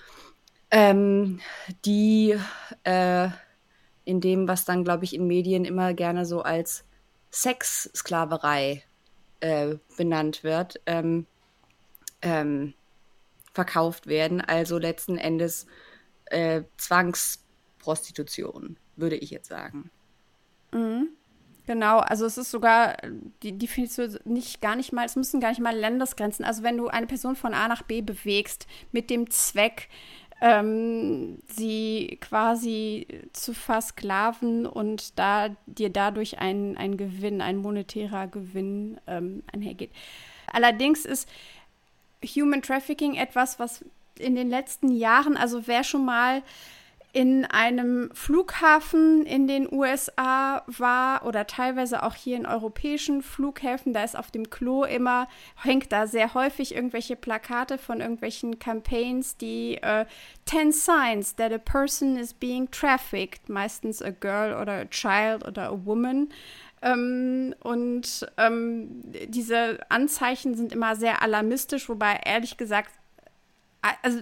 ähm, die äh, in dem, was dann, glaube ich, in Medien immer gerne so als Sexsklaverei äh, benannt wird, ähm, ähm, verkauft werden. Also letzten Endes äh, Zwangsprostitution, würde ich jetzt sagen. Mhm. Genau, also es ist sogar die Definition nicht gar nicht mal, es müssen gar nicht mal Landesgrenzen, also wenn du eine Person von A nach B bewegst mit dem Zweck, ähm, sie quasi zu versklaven und da dir dadurch ein, ein Gewinn, ein monetärer Gewinn ähm, einhergeht. Allerdings ist Human Trafficking etwas, was in den letzten Jahren, also wer schon mal in einem Flughafen in den U S A war oder teilweise auch hier in europäischen Flughäfen, da ist auf dem Klo immer, hängt da sehr häufig irgendwelche Plakate von irgendwelchen Campaigns, die äh, ten signs that a person is being trafficked, meistens a girl oder a child oder a woman. Ähm, und ähm, diese Anzeichen sind immer sehr alarmistisch, wobei ehrlich gesagt, also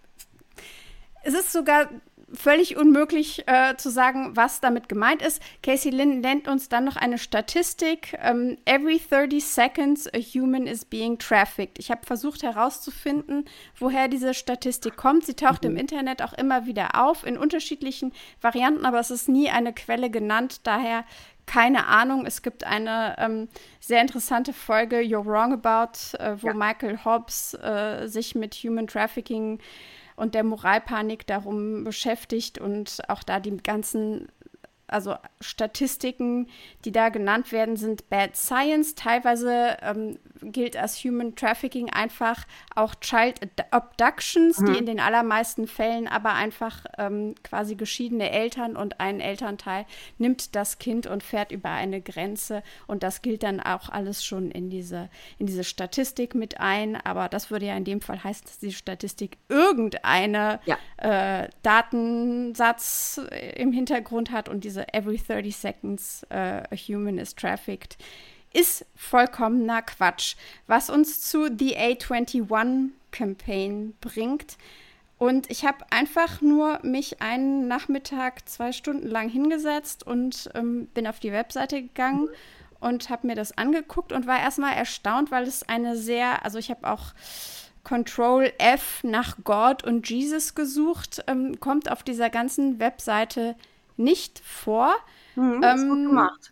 es ist sogar völlig unmöglich äh, zu sagen, was damit gemeint ist. Casey Lynn nennt uns dann noch eine Statistik. Um, every thirty seconds a human is being trafficked. Ich habe versucht herauszufinden, woher diese Statistik kommt. Sie taucht mhm. im Internet auch immer wieder auf, in unterschiedlichen Varianten, aber es ist nie eine Quelle genannt, daher keine Ahnung. Es gibt eine ähm, sehr interessante Folge, You're Wrong About, äh, wo ja. Michael Hobbs äh, sich mit Human Trafficking und der Moralpanik darum beschäftigt und auch da die ganzen, also Statistiken, die da genannt werden, sind Bad Science. Teilweise ähm, gilt als Human Trafficking einfach auch Child Abductions, mhm. die in den allermeisten Fällen aber einfach ähm, quasi geschiedene Eltern und ein Elternteil nimmt das Kind und fährt über eine Grenze und das gilt dann auch alles schon in diese, in diese Statistik mit ein, aber das würde ja in dem Fall heißen, dass die Statistik irgendeine ja. äh, Datensatz im Hintergrund hat und diese every thirty seconds uh, a human is trafficked ist vollkommener Quatsch, was uns zu The A einundzwanzig Campaign bringt. Und ich habe einfach nur mich einen Nachmittag zwei Stunden lang hingesetzt und ähm, bin auf die Webseite gegangen mhm. und habe mir das angeguckt und war erstmal erstaunt, weil es eine sehr, also ich habe auch Control F nach God und Jesus gesucht, ähm, kommt auf dieser ganzen Webseite nicht vor. Mhm, ähm, ist gut gemacht.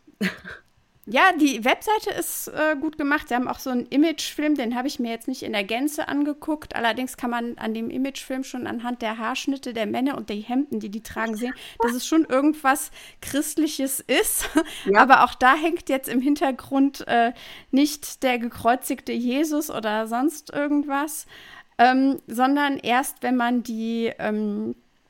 Ja, die Webseite ist äh, gut gemacht. Sie haben auch so einen Imagefilm, den habe ich mir jetzt nicht in der Gänze angeguckt. Allerdings kann man an dem Imagefilm schon anhand der Haarschnitte der Männer und die Hemden, die die tragen, sehen, dass es schon irgendwas Christliches ist. Ja. Aber auch da hängt jetzt im Hintergrund äh, nicht der gekreuzigte Jesus oder sonst irgendwas, ähm, sondern erst, wenn man die, ähm,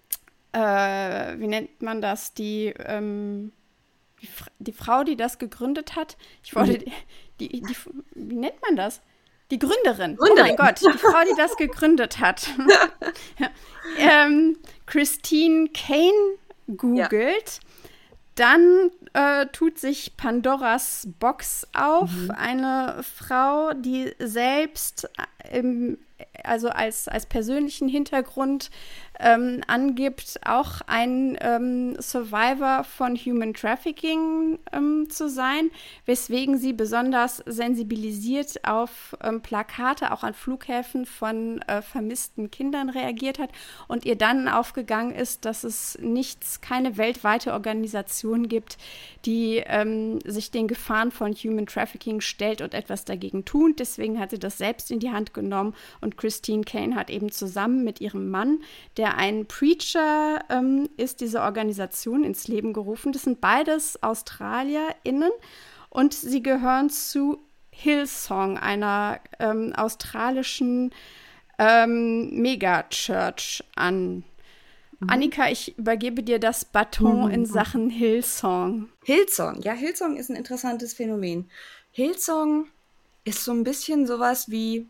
äh, wie nennt man das, die, ähm, Die, die Frau, die das gegründet hat, ich wollte, die, die, die, wie nennt man das? Die Gründerin. Gründerin. Oh mein Gott, die Frau, die das gegründet hat. ja. ähm, Christine Caine googelt, ja. dann äh, tut sich Pandoras Box auf. Mhm. Eine Frau, die selbst im, also als, als persönlichen Hintergrund ähm, angibt, auch ein ähm, Survivor von Human Trafficking ähm, zu sein, weswegen sie besonders sensibilisiert auf ähm, Plakate auch an Flughäfen von äh, vermissten Kindern reagiert hat und ihr dann aufgegangen ist, dass es nichts, keine weltweite Organisation gibt, die ähm, sich den Gefahren von Human Trafficking stellt und etwas dagegen tut. Deswegen hat sie das selbst in die Hand genommen und Christine Caine hat eben zusammen mit ihrem Mann, der ein Preacher ähm, ist, diese Organisation ins Leben gerufen. Das sind beides AustralierInnen und sie gehören zu Hillsong, einer ähm, australischen ähm, Megachurch an. Mhm. Annika, ich übergebe dir das Baton mhm. in Sachen Hillsong. Hillsong, ja, Hillsong ist ein interessantes Phänomen. Hillsong ist so ein bisschen sowas wie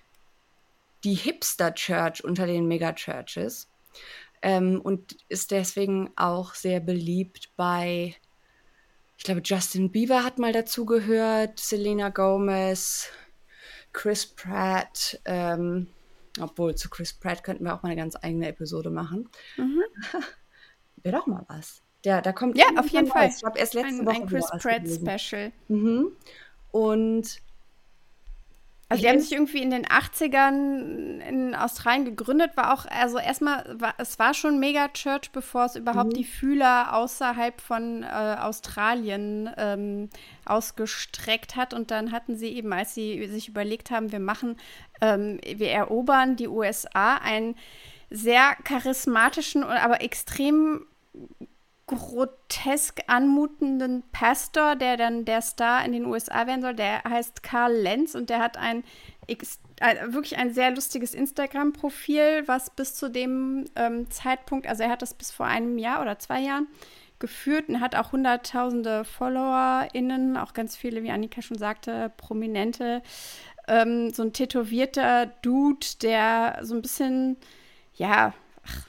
die Hipster-Church unter den Megachurches ähm, und ist deswegen auch sehr beliebt bei, ich glaube, Justin Bieber hat mal dazu gehört, Selena Gomez, Chris Pratt, ähm, obwohl zu Chris Pratt könnten wir auch mal eine ganz eigene Episode machen. Mhm. Wäre doch mal was. Der, da kommt ja, auf jeden Fall. Ich habe erst letzte ein, Woche ein Chris Pratt-Special. Mhm. Und Also die haben sich irgendwie in den achtzigern in Australien gegründet, war auch, also erstmal, war, es war schon Megachurch, bevor es überhaupt mhm. die Fühler außerhalb von äh, Australien ähm, ausgestreckt hat. Und dann hatten sie eben, als sie sich überlegt haben, wir machen, ähm, wir erobern die U S A, einen sehr charismatischen, aber extrem grotesk anmutenden Pastor, der dann der Star in den U S A werden soll, der heißt Carl Lenz und der hat ein, ein wirklich ein sehr lustiges Instagram-Profil, was bis zu dem ähm, Zeitpunkt, also er hat das bis vor einem Jahr oder zwei Jahren geführt und hat auch hunderttausende FollowerInnen, auch ganz viele, wie Annika schon sagte, Prominente, ähm, so ein tätowierter Dude, der so ein bisschen, ja, ach,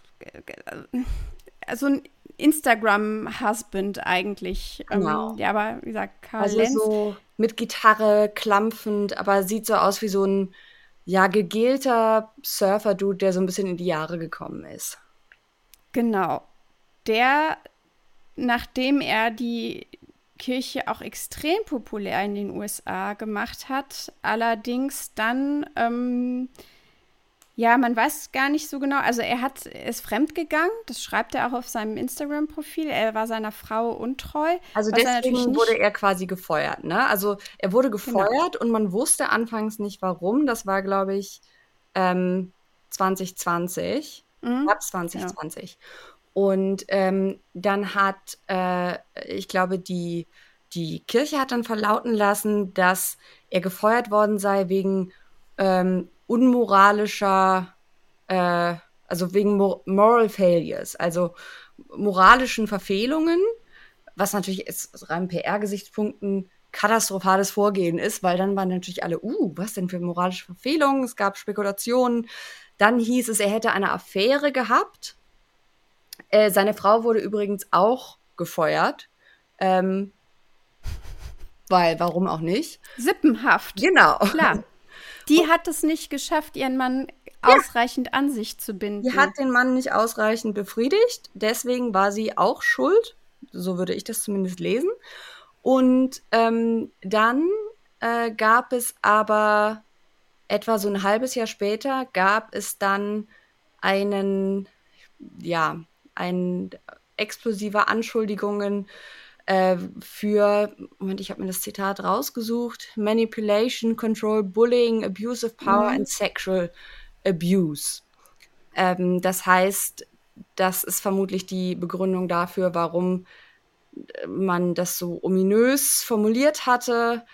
also ein Instagram-Husband eigentlich. Genau. Ähm, ja, aber wie gesagt, Carl also Lenz. So mit Gitarre, klampfend, aber sieht so aus wie so ein, ja, gegelter Surfer-Dude, der so ein bisschen in die Jahre gekommen ist. Genau. Der, nachdem er die Kirche auch extrem populär in den U S A gemacht hat, allerdings dann ähm, ja, man weiß gar nicht so genau. Also er hat, er ist fremdgegangen, das schreibt er auch auf seinem Instagram-Profil. Er war seiner Frau untreu. Also deswegen er wurde er quasi gefeuert, ne? Also er wurde gefeuert genau. Und man wusste anfangs nicht, warum. Das war, glaube ich, ähm, zwanzig zwanzig, mhm. Herbst zwanzig zwanzig. Ja. Und ähm, dann hat, äh, ich glaube, die, die Kirche hat dann verlauten lassen, dass er gefeuert worden sei wegen ähm, unmoralischer, äh, also wegen Mor- Moral Failures, also moralischen Verfehlungen, was natürlich aus rein P R-Gesichtspunkten katastrophales Vorgehen ist, weil dann waren natürlich alle, uh, was denn für moralische Verfehlungen? Es gab Spekulationen. Dann hieß es, er hätte eine Affäre gehabt. Äh, seine Frau wurde übrigens auch gefeuert. Ähm, weil, warum auch nicht? Sippenhaft. Genau. Klar. Die hat es nicht geschafft, ihren Mann ja. ausreichend an sich zu binden. Die hat den Mann nicht ausreichend befriedigt. Deswegen war sie auch schuld. So würde ich das zumindest lesen. Und ähm, dann äh, gab es aber etwa so ein halbes Jahr später gab es dann einen, ja, ein explosive Anschuldigungen äh, für, Moment, ich habe mir das Zitat rausgesucht, Manipulation, Control, Bullying, Abuse of Power mhm. and Sexual Abuse. Ähm, das heißt, das ist vermutlich die Begründung dafür, warum man das so ominös formuliert hatte.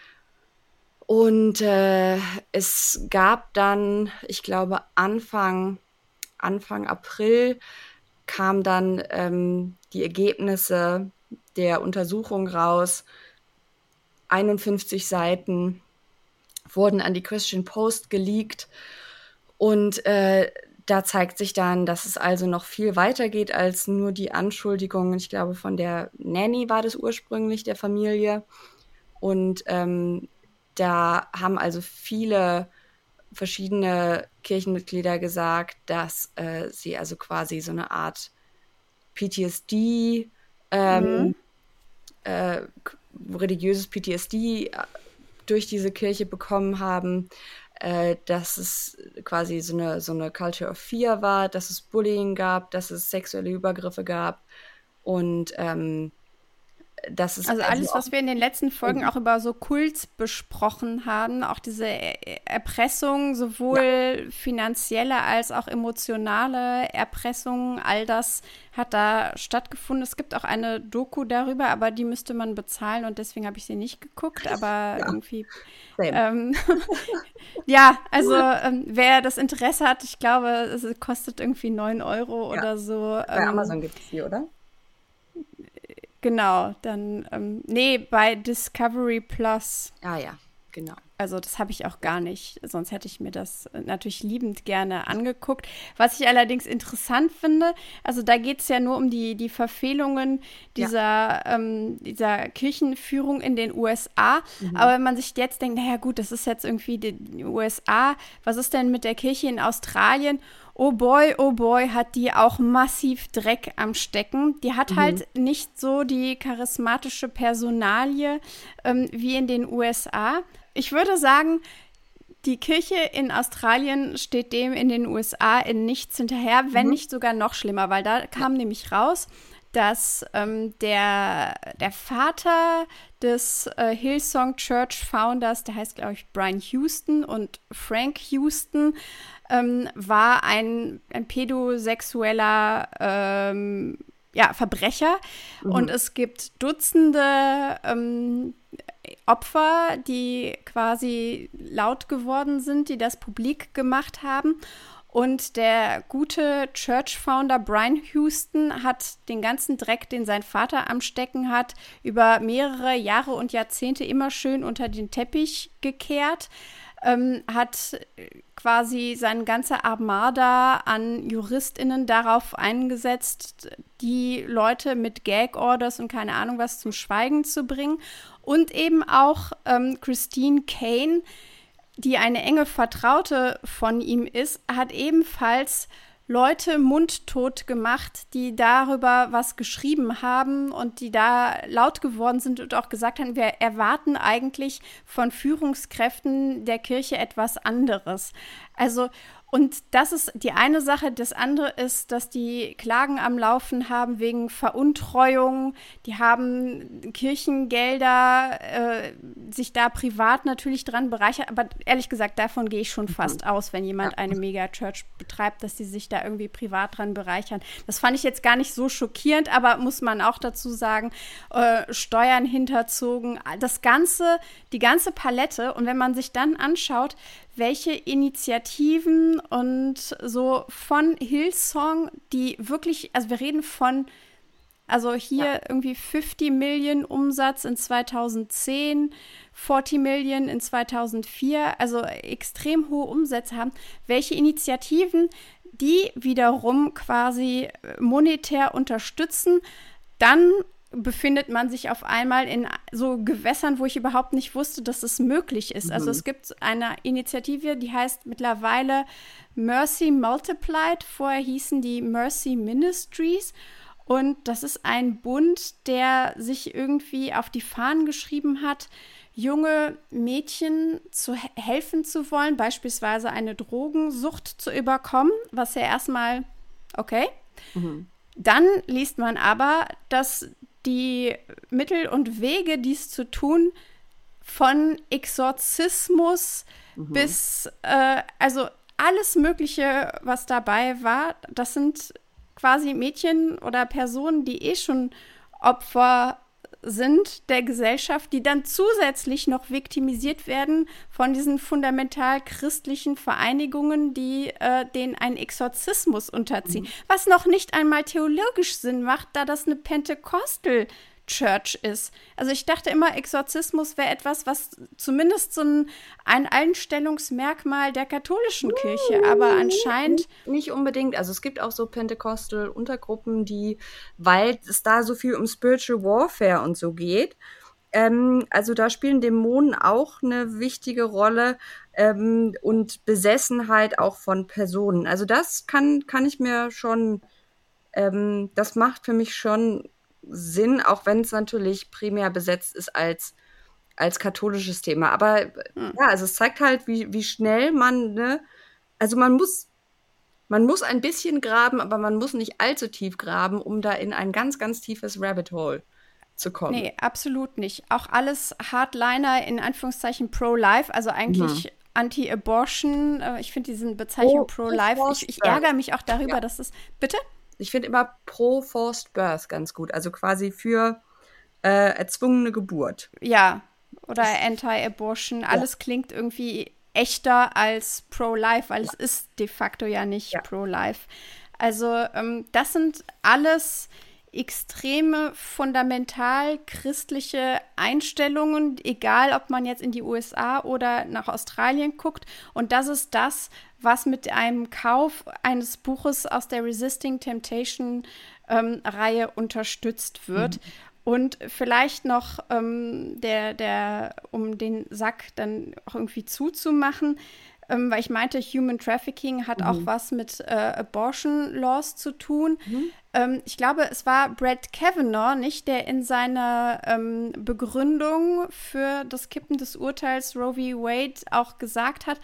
Und äh, es gab dann, ich glaube, Anfang, Anfang April kamen dann ähm, die Ergebnisse der Untersuchung raus. einundfünfzig Seiten wurden an die Christian Post geleakt. Und äh, da zeigt sich dann, dass es also noch viel weiter geht als nur die Anschuldigungen. Ich glaube, von der Nanny war das ursprünglich, der Familie. Und ähm, da haben also viele verschiedene Kirchenmitglieder gesagt, dass äh, sie also quasi so eine Art P T S D, ähm, mhm. äh, religiöses P T S D durch diese Kirche bekommen haben, äh, dass es quasi so eine, so eine Culture of Fear war, dass es Bullying gab, dass es sexuelle Übergriffe gab und ähm, das ist also alles, was wir in den letzten Folgen auch über so Kult besprochen haben, auch diese Erpressung, sowohl ja. finanzielle als auch emotionale Erpressung, all das hat da stattgefunden. Es gibt auch eine Doku darüber, aber die müsste man bezahlen und deswegen habe ich sie nicht geguckt, aber ja. irgendwie ähm, ja, also ähm, wer das Interesse hat, ich glaube, es kostet irgendwie neun Euro ja. oder so. Bei ähm, Amazon gibt es die, oder? Genau, dann, ähm, nee, bei Discovery Plus. Ah ja, genau. Also das habe ich auch gar nicht, sonst hätte ich mir das natürlich liebend gerne angeguckt. Was ich allerdings interessant finde, also da geht es ja nur um die, die Verfehlungen dieser, ja. ähm, dieser Kirchenführung in den U S A. Mhm. Aber wenn man sich jetzt denkt, naja gut, das ist jetzt irgendwie die U S A, was ist denn mit der Kirche in Australien? Oh boy, oh boy, hat die auch massiv Dreck am Stecken. Die hat mhm. halt nicht so die charismatische Personalie ähm, wie in den U S A. Ich würde sagen, die Kirche in Australien steht dem in den U S A in nichts hinterher, wenn mhm. nicht sogar noch schlimmer, weil da kam ja. nämlich raus, dass ähm, der, der Vater des äh, Hillsong Church Founders, der heißt, glaube ich, Brian Houston, und Frank Houston ähm, war ein, ein pädosexueller ähm, ja, Verbrecher. Mhm. Und es gibt Dutzende ähm, Opfer, die quasi laut geworden sind, die das publik gemacht haben. Und der gute Church-Founder Brian Houston hat den ganzen Dreck, den sein Vater am Stecken hat, über mehrere Jahre und Jahrzehnte immer schön unter den Teppich gekehrt, ähm, hat quasi seine ganze Armada an JuristInnen darauf eingesetzt, die Leute mit Gag-Orders und keine Ahnung was zum Schweigen zu bringen. Und eben auch ähm, Christine Caine, die eine enge Vertraute von ihm ist, hat ebenfalls Leute mundtot gemacht, die darüber was geschrieben haben und die da laut geworden sind und auch gesagt haben, wir erwarten eigentlich von Führungskräften der Kirche etwas anderes. Also, und das ist die eine Sache. Das andere ist, dass die Klagen am Laufen haben wegen Veruntreuung. Die haben Kirchengelder, äh, sich da privat natürlich dran bereichert. Aber ehrlich gesagt, davon gehe ich schon fast aus, wenn jemand eine Megachurch betreibt, dass die sich da irgendwie privat dran bereichern. Das fand ich jetzt gar nicht so schockierend, aber muss man auch dazu sagen, äh, Steuern hinterzogen, das Ganze, die ganze Palette. Und wenn man sich dann anschaut, welche Initiativen und so von Hillsong, die wirklich, also wir reden von, also hier ja. irgendwie fünfzig Millionen Umsatz in zweitausendzehn, vierzig Millionen in zweitausendvier, also extrem hohe Umsätze haben, welche Initiativen die wiederum quasi monetär unterstützen, dann befindet man sich auf einmal in so Gewässern, wo ich überhaupt nicht wusste, dass es möglich ist. Mhm. Also es gibt eine Initiative, die heißt mittlerweile Mercy Multiplied. Vorher hießen die Mercy Ministries. Und das ist ein Bund, der sich irgendwie auf die Fahnen geschrieben hat, junge Mädchen zu he- helfen zu wollen, beispielsweise eine Drogensucht zu überkommen, was ja erstmal okay. Mhm. Dann liest man aber, dass die Mittel und Wege, dies zu tun, von Exorzismus mhm. bis, äh, also alles Mögliche, was dabei war, das sind quasi Mädchen oder Personen, die eh schon Opfer sind der Gesellschaft, die dann zusätzlich noch viktimisiert werden von diesen fundamental christlichen Vereinigungen, die äh, denen einen Exorzismus unterziehen. Mhm. Was noch nicht einmal theologisch Sinn macht, da das eine Pentecostal Church ist. Also ich dachte immer, Exorzismus wäre etwas, was zumindest so ein, ein Einstellungsmerkmal der katholischen Kirche, aber anscheinend nicht unbedingt. Also es gibt auch so Pentecostal-Untergruppen, die, weil es da so viel um Spiritual Warfare und so geht, ähm, also da spielen Dämonen auch eine wichtige Rolle ähm, und Besessenheit auch von Personen. Also das kann, kann ich mir schon, ähm, das macht für mich schon Sinn, auch wenn es natürlich primär besetzt ist als, als katholisches Thema. Aber Hm. ja, also es zeigt halt, wie, wie schnell man, ne, also man muss, man muss ein bisschen graben, aber man muss nicht allzu tief graben, um da in ein ganz, ganz tiefes Rabbit Hole zu kommen. Nee, absolut nicht. Auch alles Hardliner in Anführungszeichen pro-life, also eigentlich Mhm. Anti-Abortion. Äh, Ich finde diesen Bezeichnung Pro- pro-life, pro-forced ich, ich birth. ärgere mich auch darüber, Ja. dass es, bitte? Ich finde immer pro Forced Birth ganz gut, also quasi für äh, erzwungene Geburt. Ja, oder Anti-Abortion, alles klingt irgendwie echter als pro-life, weil es ist de facto ja nicht Ja. pro-life. Also ähm, das sind alles extreme, fundamental christliche Einstellungen, egal ob man jetzt in die U S A oder nach Australien guckt. Und das ist das, was mit einem Kauf eines Buches aus der Resisting Temptation ähm, Reihe unterstützt wird. Mhm. Und vielleicht noch ähm, der, der, um den Sack dann auch irgendwie zuzumachen, ähm, weil ich meinte, Human Trafficking hat mhm. auch was mit äh, Abortion Laws zu tun. Mhm. Ähm, ich glaube, es war Brett Kavanaugh, nicht, der in seiner ähm, Begründung für das Kippen des Urteils Roe v. Wade auch gesagt hat,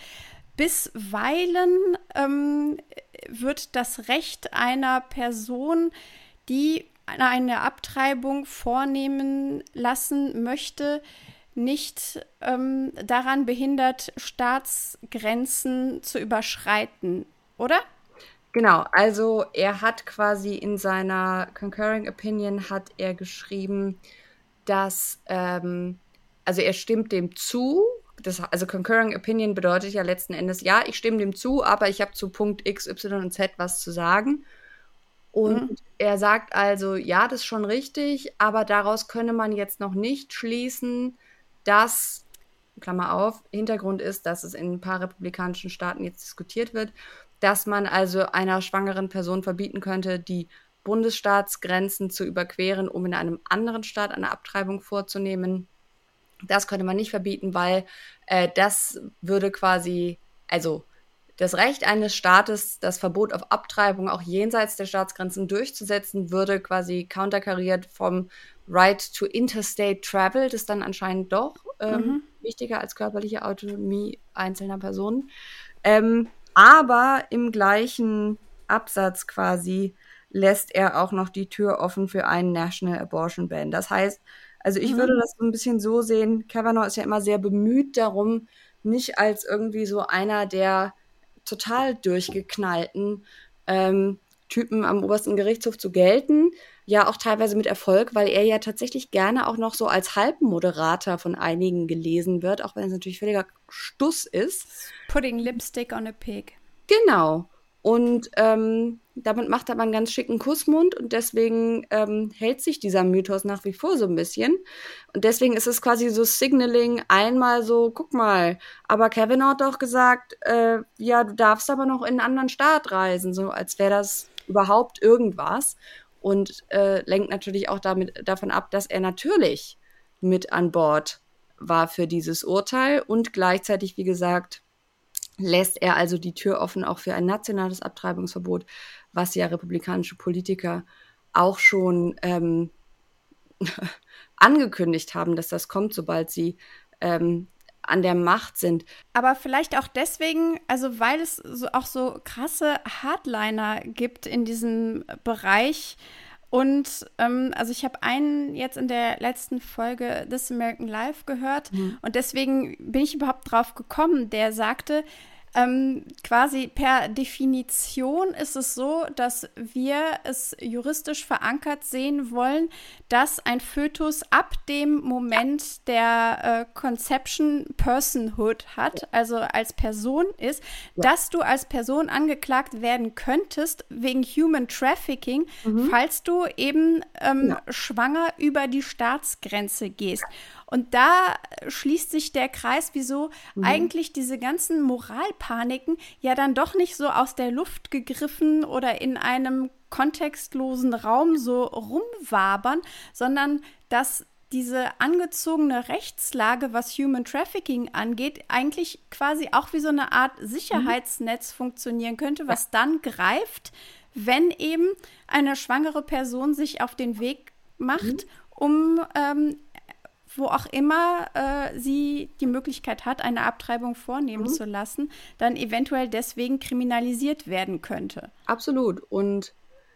bisweilen ähm, wird das Recht einer Person, die eine Abtreibung vornehmen lassen möchte, nicht ähm, daran behindert, Staatsgrenzen zu überschreiten, oder? Genau, also er hat quasi in seiner Concurring Opinion hat er geschrieben, dass, ähm, also er stimmt dem zu, das, also Concurring Opinion bedeutet ja letzten Endes, ja, ich stimme dem zu, aber ich habe zu Punkt X, Y und Z was zu sagen. Und mhm. er sagt also, ja, das ist schon richtig, aber daraus könne man jetzt noch nicht schließen, dass, Klammer auf, Hintergrund ist, dass es in ein paar republikanischen Staaten jetzt diskutiert wird, dass man also einer schwangeren Person verbieten könnte, die Bundesstaatsgrenzen zu überqueren, um in einem anderen Staat eine Abtreibung vorzunehmen. Das könnte man nicht verbieten, weil äh, das würde quasi, also das Recht eines Staates, das Verbot auf Abtreibung auch jenseits der Staatsgrenzen durchzusetzen, würde quasi counterkariert vom Right to Interstate Travel, das dann anscheinend doch ähm, mhm. wichtiger als körperliche Autonomie einzelner Personen. Ähm, aber im gleichen Absatz quasi lässt er auch noch die Tür offen für einen National Abortion Ban. Das heißt, also ich mhm. würde das so ein bisschen so sehen, Kavanaugh ist ja immer sehr bemüht darum, nicht als irgendwie so einer der total durchgeknallten ähm, Typen am obersten Gerichtshof zu gelten. Ja, auch teilweise mit Erfolg, weil er ja tatsächlich gerne auch noch so als Halbmoderator von einigen gelesen wird, auch wenn es natürlich völliger Stuss ist. Putting lipstick on a pig. Genau. Und ähm, damit macht er aber einen ganz schicken Kussmund und deswegen ähm, hält sich dieser Mythos nach wie vor so ein bisschen. Und deswegen ist es quasi so Signaling, einmal so, guck mal, aber Kavanaugh hat doch gesagt, äh, ja, du darfst aber noch in einen anderen Staat reisen, so als wäre das überhaupt irgendwas. Und äh, lenkt natürlich auch damit, davon ab, dass er natürlich mit an Bord war für dieses Urteil und gleichzeitig, wie gesagt, lässt er also die Tür offen auch für ein nationales Abtreibungsverbot, was ja republikanische Politiker auch schon ähm, angekündigt haben, dass das kommt, sobald sie ähm, an der Macht sind. Aber vielleicht auch deswegen, also weil es so, auch so krasse Hardliner gibt in diesem Bereich. Und ähm, also ich habe einen jetzt in der letzten Folge This American Life gehört mhm. und deswegen bin ich überhaupt drauf gekommen, der sagte, Ähm, quasi per Definition ist es so, dass wir es juristisch verankert sehen wollen, dass ein Fötus ab dem Moment der äh, Conception Personhood hat, ja. also als Person ist, ja. dass du als Person angeklagt werden könntest wegen Human Trafficking, mhm. falls du eben ähm, ja. schwanger über die Staatsgrenze gehst. Und da schließt sich der Kreis, wieso mhm. eigentlich diese ganzen Moralpaniken ja dann doch nicht so aus der Luft gegriffen oder in einem kontextlosen Raum so rumwabern, sondern dass diese angezogene Rechtslage, was Human Trafficking angeht, eigentlich quasi auch wie so eine Art Sicherheitsnetz mhm. funktionieren könnte, was dann greift, wenn eben eine schwangere Person sich auf den Weg macht, mhm. um ähm, wo auch immer äh, sie die Möglichkeit hat, eine Abtreibung vornehmen mhm. zu lassen, dann eventuell deswegen kriminalisiert werden könnte. Absolut. Und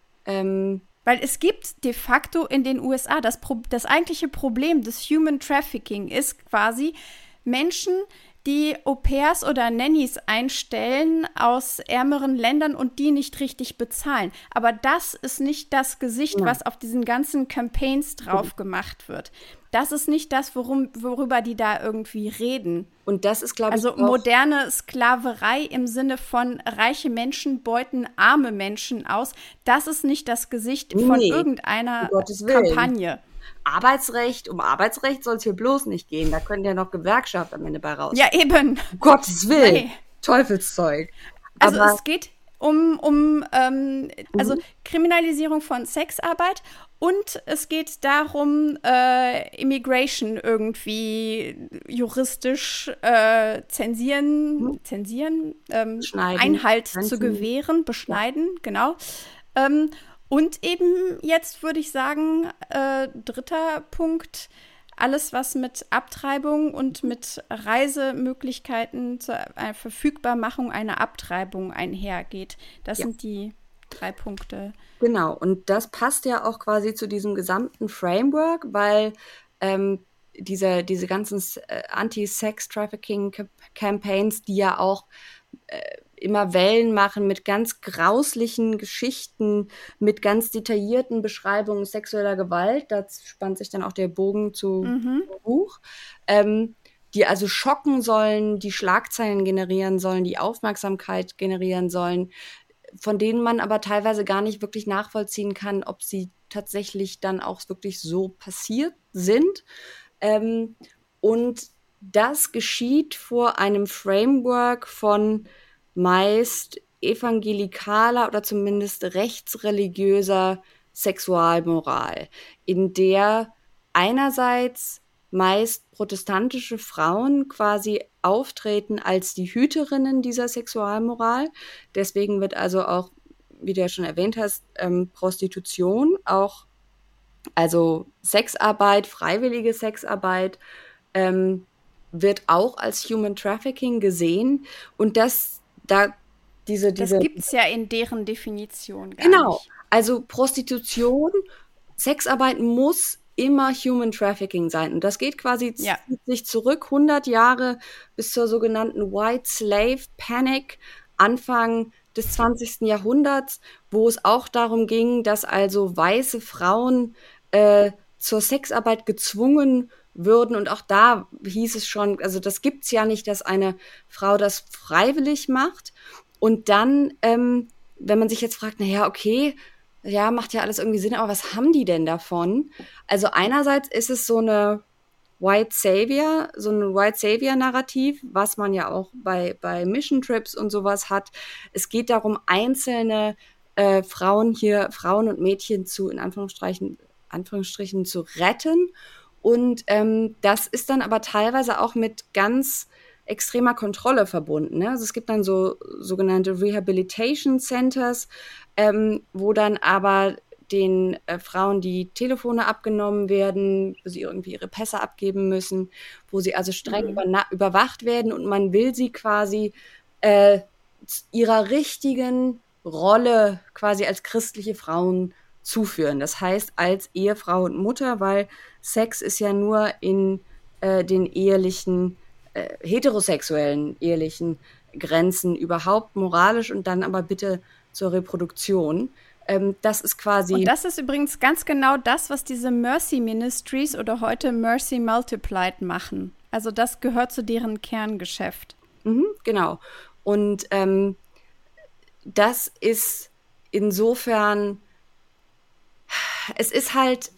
ähm weil es gibt de facto in den U S A, das, Pro- das eigentliche Problem des Human Trafficking ist quasi Menschen, die Au-pairs oder Nannies einstellen aus ärmeren Ländern und die nicht richtig bezahlen. Aber das ist nicht das Gesicht, ja. was auf diesen ganzen Campaigns drauf gemacht wird. Das ist nicht das, worum, worüber die da irgendwie reden. Und das ist, glaube ich, also moderne Sklaverei im Sinne von reiche Menschen beuten arme Menschen aus. Das ist nicht das Gesicht nee, von irgendeiner Kampagne. Arbeitsrecht, um Arbeitsrecht soll es hier bloß nicht gehen. Da könnte ja noch Gewerkschaft am Ende bei raus. Ja, eben. Um Gottes Willen. Nee. Teufelszeug. Also Aber es geht um, um ähm, also mhm. Kriminalisierung von Sexarbeit und es geht darum, äh, Immigration irgendwie juristisch äh, zensieren, mhm. zensieren, ähm, Einhalt Grenzen. zu gewähren, beschneiden, ja. genau. Ähm, Und eben jetzt würde ich sagen, äh, dritter Punkt, alles, was mit Abtreibung und mit Reisemöglichkeiten zur äh, Verfügbarmachung einer Abtreibung einhergeht. Das ja. sind die drei Punkte. Genau, und das passt ja auch quasi zu diesem gesamten Framework, weil ähm, diese, diese ganzen äh, Anti-Sex-Trafficking-Campaigns, die ja auch äh, immer Wellen machen mit ganz grauslichen Geschichten, mit ganz detaillierten Beschreibungen sexueller Gewalt. Da spannt sich dann auch der Bogen zu mhm. Buch. Ähm, die also schocken sollen, die Schlagzeilen generieren sollen, die Aufmerksamkeit generieren sollen, von denen man aber teilweise gar nicht wirklich nachvollziehen kann, ob sie tatsächlich dann auch wirklich so passiert sind. Ähm, und das geschieht vor einem Framework von meist evangelikaler oder zumindest rechtsreligiöser Sexualmoral, in der einerseits meist protestantische Frauen quasi auftreten als die Hüterinnen dieser Sexualmoral. Deswegen wird also auch, wie du ja schon erwähnt hast, ähm, Prostitution, auch also Sexarbeit, freiwillige Sexarbeit, ähm, wird auch als Human Trafficking gesehen. Und das Da diese, diese das gibt es ja in deren Definition gar genau. nicht. Also Prostitution, Sexarbeit muss immer Human Trafficking sein. Und das geht quasi, ja. zieht sich zurück hundert Jahre bis zur sogenannten White Slave Panic, Anfang des zwanzigsten Jahrhunderts, wo es auch darum ging, dass also weiße Frauen äh, zur Sexarbeit gezwungen würden. Und auch da hieß es schon, also das gibt's ja nicht, dass eine Frau das freiwillig macht. Und dann, ähm, wenn man sich jetzt fragt, naja, okay, ja, macht ja alles irgendwie Sinn, aber was haben die denn davon? Also einerseits ist es so eine White Savior, so ein White Savior-Narrativ, was man ja auch bei, bei Mission Trips und sowas hat. Es geht darum, einzelne äh, Frauen hier, Frauen und Mädchen zu, in Anführungsstrichen, Anführungsstrichen zu retten. Und ähm, das ist dann aber teilweise auch mit ganz extremer Kontrolle verbunden. Ne? Also es gibt dann so sogenannte Rehabilitation Centers, ähm, wo dann aber den äh, Frauen die Telefone abgenommen werden, wo sie irgendwie ihre Pässe abgeben müssen, wo sie also streng mhm. über, überwacht werden und man will sie quasi äh, ihrer richtigen Rolle quasi als christliche Frauen zuführen. Das heißt, als Ehefrau und Mutter, weil Sex ist ja nur in äh, den ehelichen, äh, heterosexuellen ehelichen Grenzen überhaupt moralisch und dann aber bitte zur Reproduktion. Ähm, das ist quasi... Und das ist übrigens ganz genau das, was diese Mercy Ministries oder heute Mercy Multiplied machen. Also das gehört zu deren Kerngeschäft. Mhm, genau. Und ähm, das ist insofern, es ist halt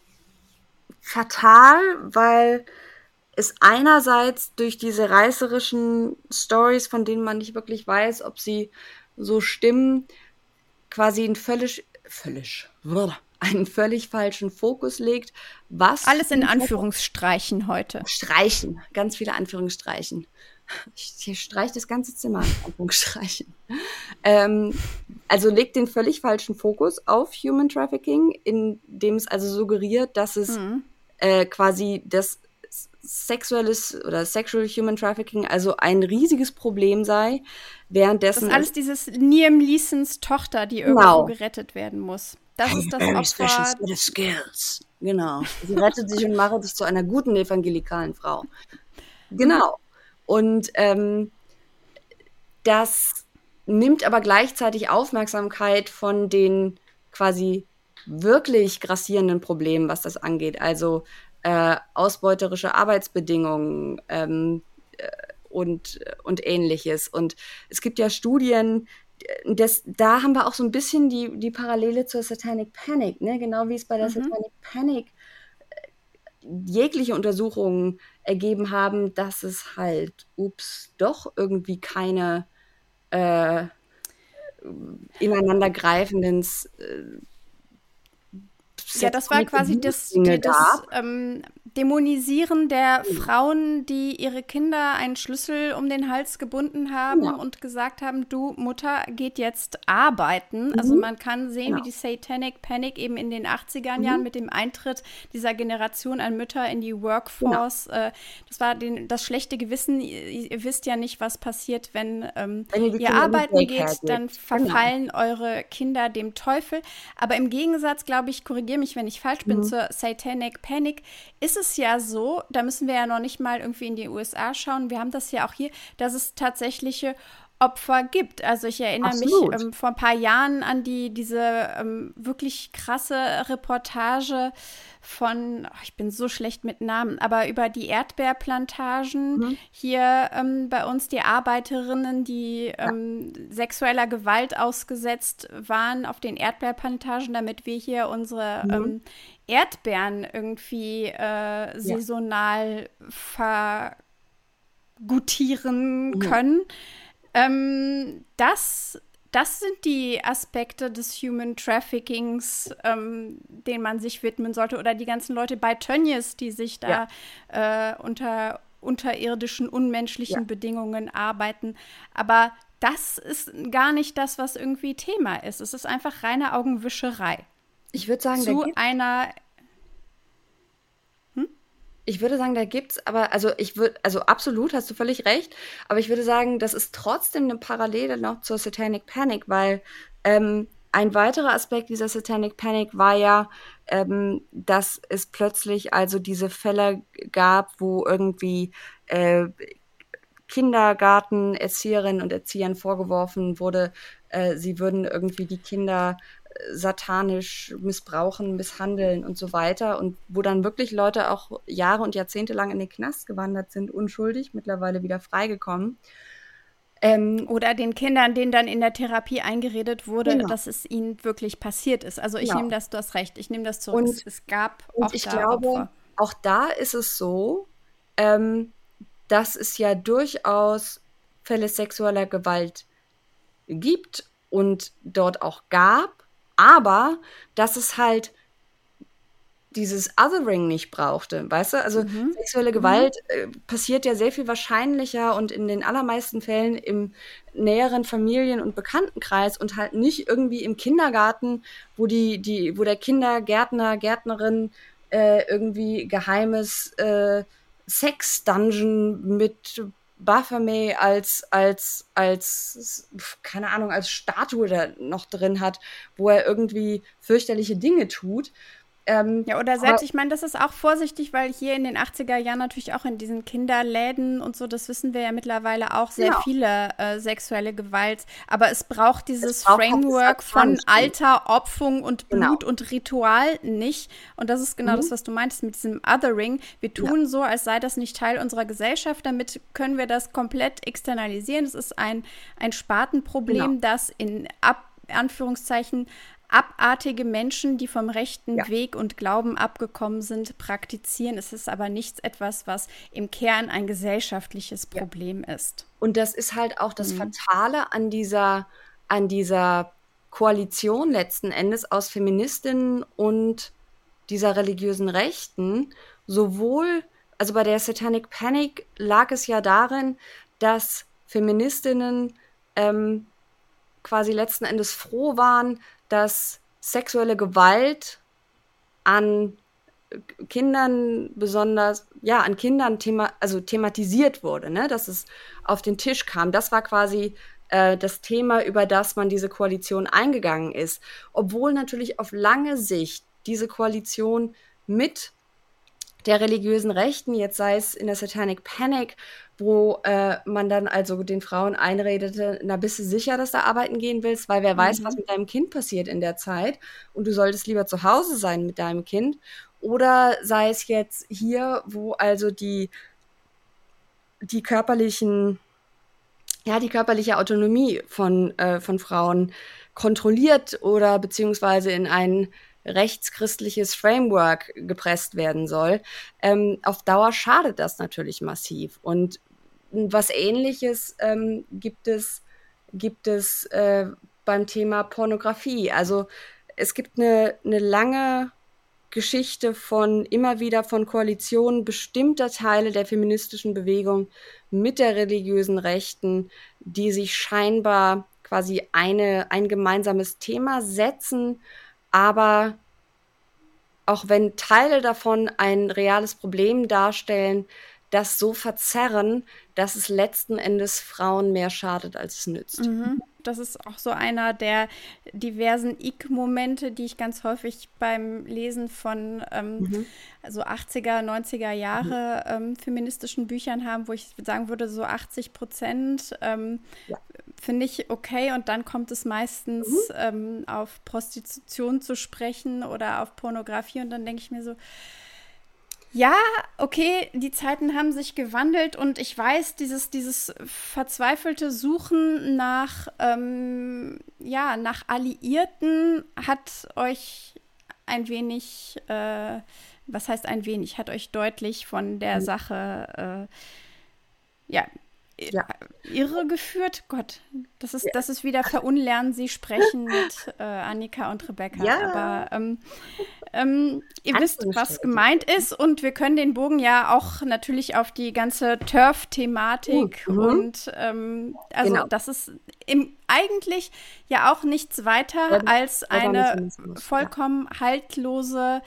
fatal, weil es einerseits durch diese reißerischen Stories, von denen man nicht wirklich weiß, ob sie so stimmen, quasi ein völlig, völlig, einen völlig falschen Fokus legt. Was Alles in Anführungsstreichen heute. Streichen, ganz viele Anführungsstreichen. Ich, ich streiche das ganze Zimmer in Anführungsstreichen. ähm, also legt den völlig falschen Fokus auf Human Trafficking, indem es also suggeriert, dass es mhm. äh, quasi das sexuelles oder Sexual Human Trafficking also ein riesiges Problem sei, währenddessen... Das ist alles dieses Liam Neesons Tochter, die irgendwo genau. gerettet werden muss. Das ist das Opfer... Skills. Genau. Sie rettet sich und macht sich zu einer guten evangelikalen Frau. Genau. Und ähm, das nimmt aber gleichzeitig Aufmerksamkeit von den quasi wirklich grassierenden Problemen, was das angeht. Also Äh, ausbeuterische Arbeitsbedingungen ähm, äh, und, und ähnliches. Und es gibt ja Studien, das, da haben wir auch so ein bisschen die, die Parallele zur Satanic Panic, ne? Genau wie es bei der mhm. Satanic Panic äh, jegliche Untersuchungen ergeben haben, dass es halt, ups, doch irgendwie keine äh, ineinandergreifenden äh, Ja, das war quasi das, die, das ähm, Dämonisieren der ja. Frauen, die ihre Kinder einen Schlüssel um den Hals gebunden haben ja. und gesagt haben, du Mutter geht jetzt arbeiten. Mhm. Also man kann sehen, genau. wie die Satanic Panic eben in den achtziger mhm. Jahren mit dem Eintritt dieser Generation an Mütter in die Workforce, genau. äh, das war den, das schlechte Gewissen. Ihr, ihr wisst ja nicht, was passiert, wenn, ähm, wenn ihr, ihr arbeiten geht, dann verfallen genau. eure Kinder dem Teufel. Aber im Gegensatz, glaube ich, korrigiere mich, wenn ich falsch bin, mhm. zur Satanic Panic, ist es ja so, da müssen wir ja noch nicht mal irgendwie in die U S A schauen, wir haben das ja auch hier, dass es tatsächliche Opfer gibt. Also ich erinnere Absolut. mich ähm, vor ein paar Jahren an die diese ähm, wirklich krasse Reportage von, oh, ich bin so schlecht mit Namen, aber über die Erdbeerplantagen mhm. hier ähm, bei uns, die Arbeiterinnen, die ähm, ja. sexueller Gewalt ausgesetzt waren auf den Erdbeerplantagen, damit wir hier unsere mhm. ähm, Erdbeeren irgendwie äh, saisonal ja. vergutieren mhm. können. Ähm, das, das sind die Aspekte des Human Traffickings, ähm, denen man sich widmen sollte. Oder die ganzen Leute bei Tönnies, die sich da ja. äh, unter unterirdischen, unmenschlichen ja. Bedingungen arbeiten. Aber das ist gar nicht das, was irgendwie Thema ist. Es ist einfach reine Augenwischerei. Ich würde sagen, zu einer Ich würde sagen, da gibt's, aber also ich würde, also absolut, hast du völlig recht, aber ich würde sagen, das ist trotzdem eine Parallele noch zur Satanic Panic, weil ähm, ein weiterer Aspekt dieser Satanic Panic war ja, ähm, dass es plötzlich also diese Fälle gab, wo irgendwie äh, Kindergartenerzieherinnen und Erziehern vorgeworfen wurde, äh, sie würden irgendwie die Kinder satanisch missbrauchen, misshandeln und so weiter und wo dann wirklich Leute auch Jahre und Jahrzehnte lang in den Knast gewandert sind, unschuldig, mittlerweile wieder freigekommen. Ähm, Oder den Kindern, denen dann in der Therapie eingeredet wurde, genau. dass es ihnen wirklich passiert ist. Also ich genau. nehme das, du hast recht, ich nehme das zurück. Und, es gab und auch ich da glaube, Opfer. Auch da ist es so, ähm, dass es ja durchaus Fälle sexueller Gewalt gibt und dort auch gab, aber dass es halt dieses Othering nicht brauchte, weißt du? Also mhm. sexuelle Gewalt äh, passiert ja sehr viel wahrscheinlicher und in den allermeisten Fällen im näheren Familien- und Bekanntenkreis und halt nicht irgendwie im Kindergarten, wo die, die, wo der Kindergärtner, Gärtnerin äh, irgendwie geheimes äh, Sex-Dungeon mit Baphomet als, als, als, keine Ahnung, als Statue da noch drin hat, wo er irgendwie fürchterliche Dinge tut. Ähm, ja, oder selbst, ich meine, das ist auch vorsichtig, weil hier in den achtziger Jahren natürlich auch in diesen Kinderläden und so, das wissen wir ja mittlerweile auch, sehr Genau. viele äh, sexuelle Gewalt. Aber es braucht dieses Es braucht Framework von Akzeptanz. Alter, Opfung und Genau. Blut und Ritual nicht. Und das ist genau Mhm. das, was du meintest mit diesem Othering. Wir tun so, als sei das nicht Teil unserer Gesellschaft. Damit können wir das komplett externalisieren. Es ist ein, ein Spartenproblem, Genau. das in Ab Anführungszeichen abartige Menschen, die vom rechten Ja. Weg und Glauben abgekommen sind, praktizieren. Es ist aber nichts etwas, was im Kern ein gesellschaftliches Problem ist. Und das ist halt auch das Fatale an dieser, an dieser Koalition letzten Endes aus Feministinnen und dieser religiösen Rechten. Sowohl, also bei der Satanic Panic lag es ja darin, dass Feministinnen ähm, quasi letzten Endes froh waren, dass sexuelle Gewalt an Kindern besonders, ja, an Kindern thema, also thematisiert wurde, ne? Dass es auf den Tisch kam. Das war quasi äh, das Thema, über das man diese Koalition eingegangen ist. Obwohl natürlich auf lange Sicht diese Koalition mit der religiösen Rechten, jetzt sei es in der Satanic Panic, wo äh, man dann also den Frauen einredete, na, bist du sicher, dass du arbeiten gehen willst, weil wer weiß, was mit deinem Kind passiert in der Zeit und du solltest lieber zu Hause sein mit deinem Kind. Oder sei es jetzt hier, wo also die, die körperlichen, ja, die körperliche Autonomie von, äh, von Frauen kontrolliert oder beziehungsweise in ein rechtschristliches Framework gepresst werden soll. Ähm, auf Dauer schadet das natürlich massiv. Und was Ähnliches ähm, gibt es, gibt es äh, beim Thema Pornografie. Also es gibt eine, eine lange Geschichte von immer wieder von Koalitionen bestimmter Teile der feministischen Bewegung mit der religiösen Rechten, die sich scheinbar quasi eine, ein gemeinsames Thema setzen, aber auch wenn Teile davon ein reales Problem darstellen, das so verzerren, dass es letzten Endes Frauen mehr schadet, als es nützt. Mhm. Das ist auch so einer der diversen Ick-Momente, die ich ganz häufig beim Lesen von ähm, Mhm. also achtziger, neunziger Jahre ähm, feministischen Büchern haben, wo ich sagen würde, so achtzig Prozent ähm, Ja. finde ich okay. Und dann kommt es meistens ähm, auf Prostitution zu sprechen oder auf Pornografie. Und dann denke ich mir so, ja, okay, die Zeiten haben sich gewandelt und ich weiß, dieses, dieses verzweifelte Suchen nach, ähm, ja, nach Alliierten hat euch ein wenig, äh, was heißt ein wenig, hat euch deutlich von der Mhm. Sache, äh, ja, Ja. irre geführt. Gott, das ist, Ja. das ist wieder Verunlernen Sie sprechen mit äh, Annika und Rebecca. Ja. Aber ähm, ähm, ihr wisst, was Anführungsstriche. gemeint ist und wir können den Bogen ja auch natürlich auf die ganze Turf-Thematik Mhm. und ähm, also Genau. das ist im, eigentlich ja auch nichts weiter Ja, als eine Urbanismus, ja. vollkommen haltlose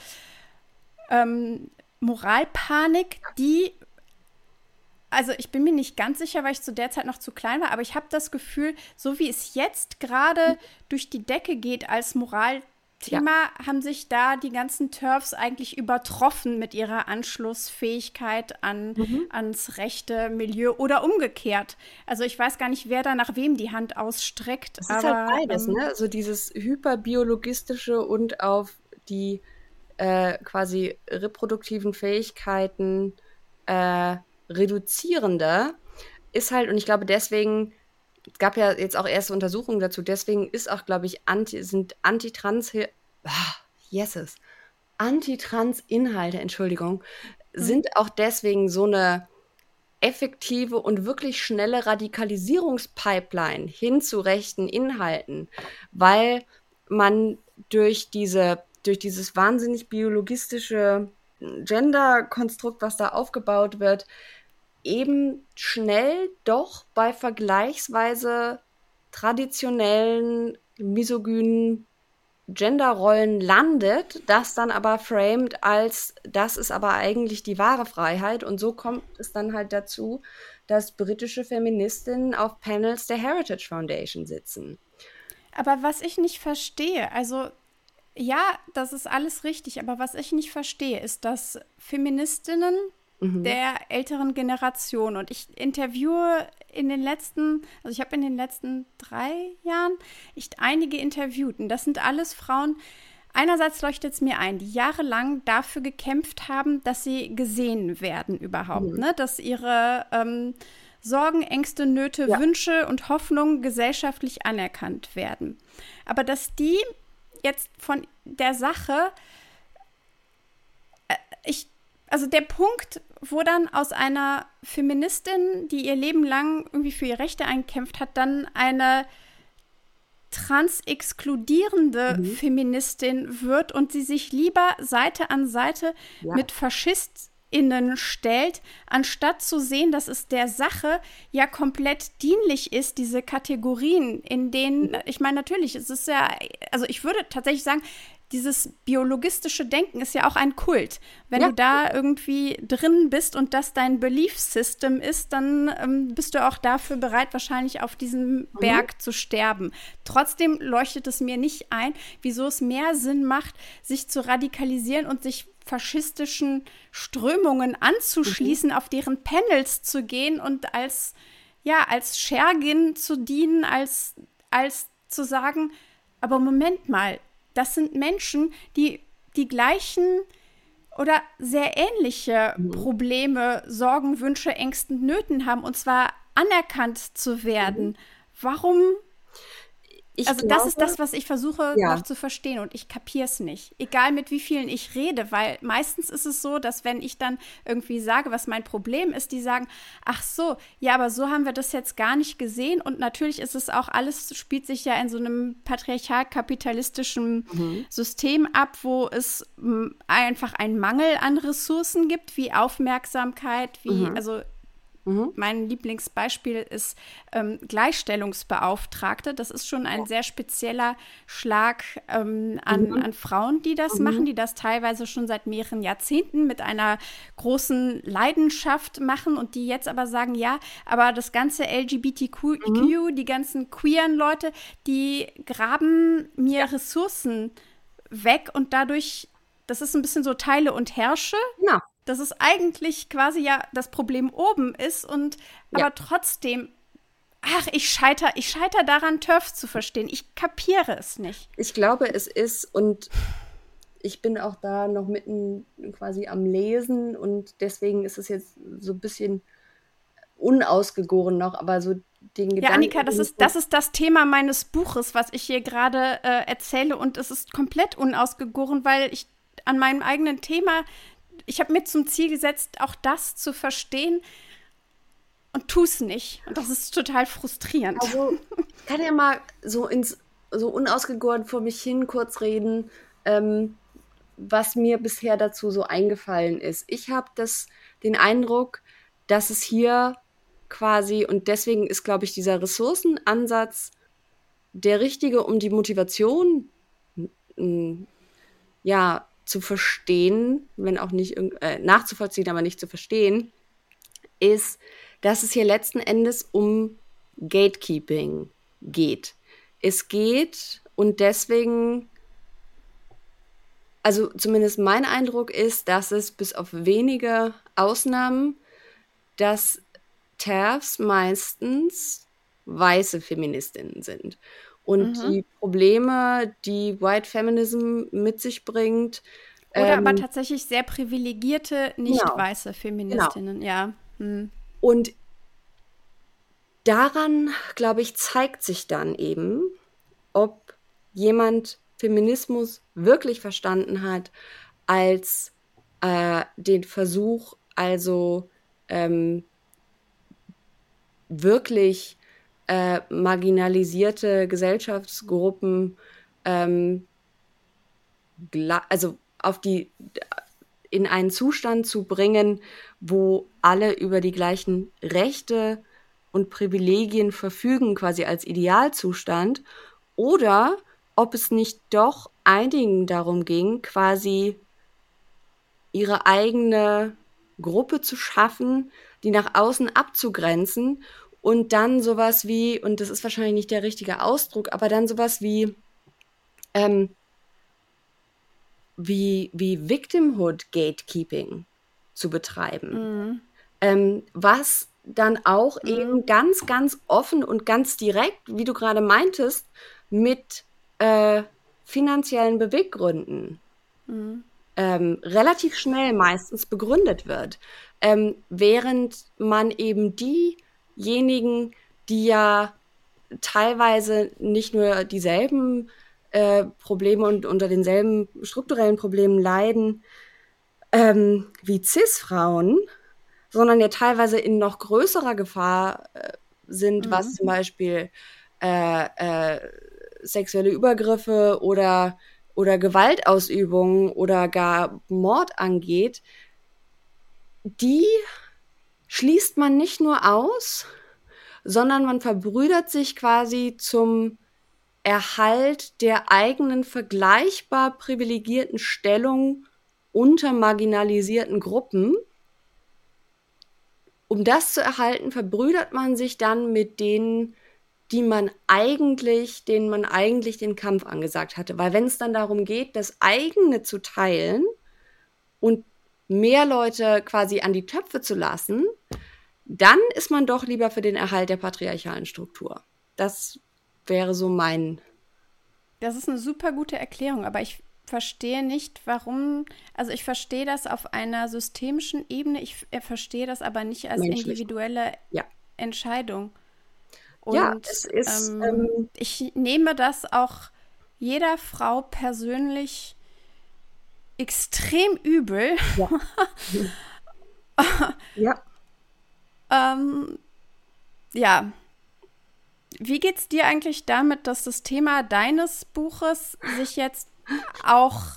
ähm, Moralpanik, die also ich bin mir nicht ganz sicher, weil ich zu der Zeit noch zu klein war, aber ich habe das Gefühl, so wie es jetzt gerade durch die Decke geht als Moralthema, haben sich da die ganzen TERFs eigentlich übertroffen mit ihrer Anschlussfähigkeit an, Mhm. ans rechte Milieu oder umgekehrt. Also ich weiß gar nicht, wer da nach wem die Hand ausstreckt. Es ist aber, halt beides, ähm, ne? So dieses hyperbiologistische und auf die äh, quasi reproduktiven Fähigkeiten äh, reduzierende ist halt, und ich glaube deswegen, es gab ja jetzt auch erste Untersuchungen dazu, deswegen ist auch, glaube ich, anti, sind Antitrans, ah, yeses, Antitrans-Inhalte, Entschuldigung, sind auch deswegen so eine effektive und wirklich schnelle Radikalisierungspipeline hin zu rechten Inhalten, weil man durch diese, durch dieses wahnsinnig biologistische Gender-Konstrukt, was da aufgebaut wird, eben schnell doch bei vergleichsweise traditionellen, misogynen Genderrollen landet, das dann aber framed als, das ist aber eigentlich die wahre Freiheit. Und so kommt es dann halt dazu, dass britische Feministinnen auf Panels der Heritage Foundation sitzen. aber was ich nicht verstehe, also Ja, das ist alles richtig. Aber was ich nicht verstehe, ist, dass Feministinnen Mhm. der älteren Generation, und ich interviewe in den letzten, also ich habe in den letzten drei Jahren echt einige interviewt. Und das sind alles Frauen. Einerseits leuchtet es mir ein, die jahrelang dafür gekämpft haben, dass sie gesehen werden überhaupt, Mhm. ne? Dass ihre ähm, Sorgen, Ängste, Nöte, Ja. Wünsche und Hoffnungen gesellschaftlich anerkannt werden. Aber dass die jetzt von der Sache, äh, ich, also der Punkt, wo dann aus einer Feministin, die ihr Leben lang irgendwie für ihre Rechte eingekämpft hat, dann eine trans-exkludierende Mhm. Feministin wird und sie sich lieber Seite an Seite Ja. mit FaschistInnen stellt, anstatt zu sehen, dass es der Sache ja komplett dienlich ist, diese Kategorien, in denen, ich meine, natürlich, es ist ja, also ich würde tatsächlich sagen, dieses biologistische Denken ist ja auch ein Kult. Wenn Ja. du da irgendwie drin bist und das dein Belief System ist, dann ähm, bist du auch dafür bereit, wahrscheinlich auf diesem Berg zu sterben. Trotzdem leuchtet es mir nicht ein, wieso es mehr Sinn macht, sich zu radikalisieren und sich faschistischen Strömungen anzuschließen, auf deren Panels zu gehen und als, ja, als Schergin zu dienen, als, als zu sagen, aber Moment mal, das sind Menschen, die die gleichen oder sehr ähnliche Mhm. Probleme, Sorgen, Wünsche, Ängsten, Nöten haben, und zwar anerkannt zu werden. Warum? Ich Also glaube, das ist das, was ich versuche Ja. noch zu verstehen, und ich kapiere es nicht. Egal mit wie vielen ich rede, weil meistens ist es so, dass wenn ich dann irgendwie sage, was mein Problem ist, die sagen, ach so, ja, aber so haben wir das jetzt gar nicht gesehen, und natürlich ist es auch, alles spielt sich ja in so einem patriarchal-kapitalistischen Mhm. System ab, wo es m, einfach einen Mangel an Ressourcen gibt, wie Aufmerksamkeit, wie, Mhm. also Mhm. mein Lieblingsbeispiel ist ähm, Gleichstellungsbeauftragte. Das ist schon ein sehr spezieller Schlag ähm, an, Mhm. an Frauen, die das Mhm. machen, die das teilweise schon seit mehreren Jahrzehnten mit einer großen Leidenschaft machen und die jetzt aber sagen, ja, aber das ganze L G B T Q, Mhm. die ganzen queeren Leute, die graben mir Ressourcen weg, und dadurch, das ist ein bisschen so Teile und Herrsche, Genau. dass es eigentlich quasi ja das Problem oben ist, und Ja. aber trotzdem, ach, ich scheiter, ich scheiter daran, TERF zu verstehen. Ich kapiere es nicht. Ich glaube, es ist, und ich bin auch da noch mitten quasi am Lesen, und deswegen ist es jetzt so ein bisschen unausgegoren noch, aber so den Gedanken. Ja, Annika, das ist, das ist das Thema meines Buches, was ich hier gerade äh, erzähle, und es ist komplett unausgegoren, weil ich an meinem eigenen Thema, ich habe mir zum Ziel gesetzt, auch das zu verstehen, und tu es nicht. Und das ist total frustrierend. Also, ich kann ja mal so ins so unausgegoren vor mich hin kurz reden, ähm, was mir bisher dazu so eingefallen ist. Ich habe das den Eindruck, dass es hier quasi, und deswegen ist, glaube ich, dieser Ressourcenansatz der richtige, um die Motivation m, ja zu verstehen, wenn auch nicht irg- äh, nachzuvollziehen, aber nicht zu verstehen, ist, dass es hier letzten Endes um Gatekeeping geht. Es geht, und deswegen, also zumindest mein Eindruck ist, dass es bis auf wenige Ausnahmen, dass TERFs meistens weiße Feministinnen sind. Und Mhm. die Probleme, die White Feminism mit sich bringt, Oder ähm, aber tatsächlich sehr privilegierte, nicht Genau. weiße Feministinnen, ja. Hm. und daran, glaube ich, zeigt sich dann eben, ob jemand Feminismus wirklich verstanden hat als äh, den Versuch, also ähm, wirklich äh, marginalisierte Gesellschaftsgruppen ähm, gla- also auf die in einen Zustand zu bringen, wo alle über die gleichen Rechte und Privilegien verfügen, quasi als Idealzustand, oder ob es nicht doch einigen darum ging, quasi ihre eigene Gruppe zu schaffen, die nach außen abzugrenzen, und dann sowas wie, und das ist wahrscheinlich nicht der richtige Ausdruck, aber dann sowas wie ähm, wie, wie Victimhood Gatekeeping zu betreiben. Mhm. Ähm, was dann auch mhm. eben ganz, ganz offen und ganz direkt, wie du gerade meintest, mit äh, finanziellen Beweggründen mhm. ähm, relativ schnell meistens begründet wird. Ähm, während man eben diejenigen, die ja teilweise nicht nur dieselben äh, Probleme und unter denselben strukturellen Problemen leiden ähm, wie Cis-Frauen, sondern ja teilweise in noch größerer Gefahr äh, sind, mhm. was zum Beispiel äh, äh, sexuelle Übergriffe oder, oder Gewaltausübung oder gar Mord angeht, die schließt man nicht nur aus, sondern man verbrüdert sich quasi zum Erhalt der eigenen vergleichbar privilegierten Stellung unter marginalisierten Gruppen. Um das zu erhalten, verbrüdert man sich dann mit denen, die man eigentlich, denen man eigentlich den Kampf angesagt hatte. Weil wenn es dann darum geht, das eigene zu teilen und mehr Leute quasi an die Töpfe zu lassen, dann ist man doch lieber für den Erhalt der patriarchalen Struktur. Das wäre so mein... Das ist eine super gute Erklärung, aber ich verstehe nicht, warum, also ich verstehe das auf einer systemischen Ebene, ich verstehe das aber nicht als Menschlich. individuelle ja. Entscheidung. Und ja, es ist, ähm, ähm, ich nehme das auch jeder Frau persönlich extrem übel. Ja. ja. ähm, ja. Wie geht's dir eigentlich damit, dass das Thema deines Buches sich jetzt auch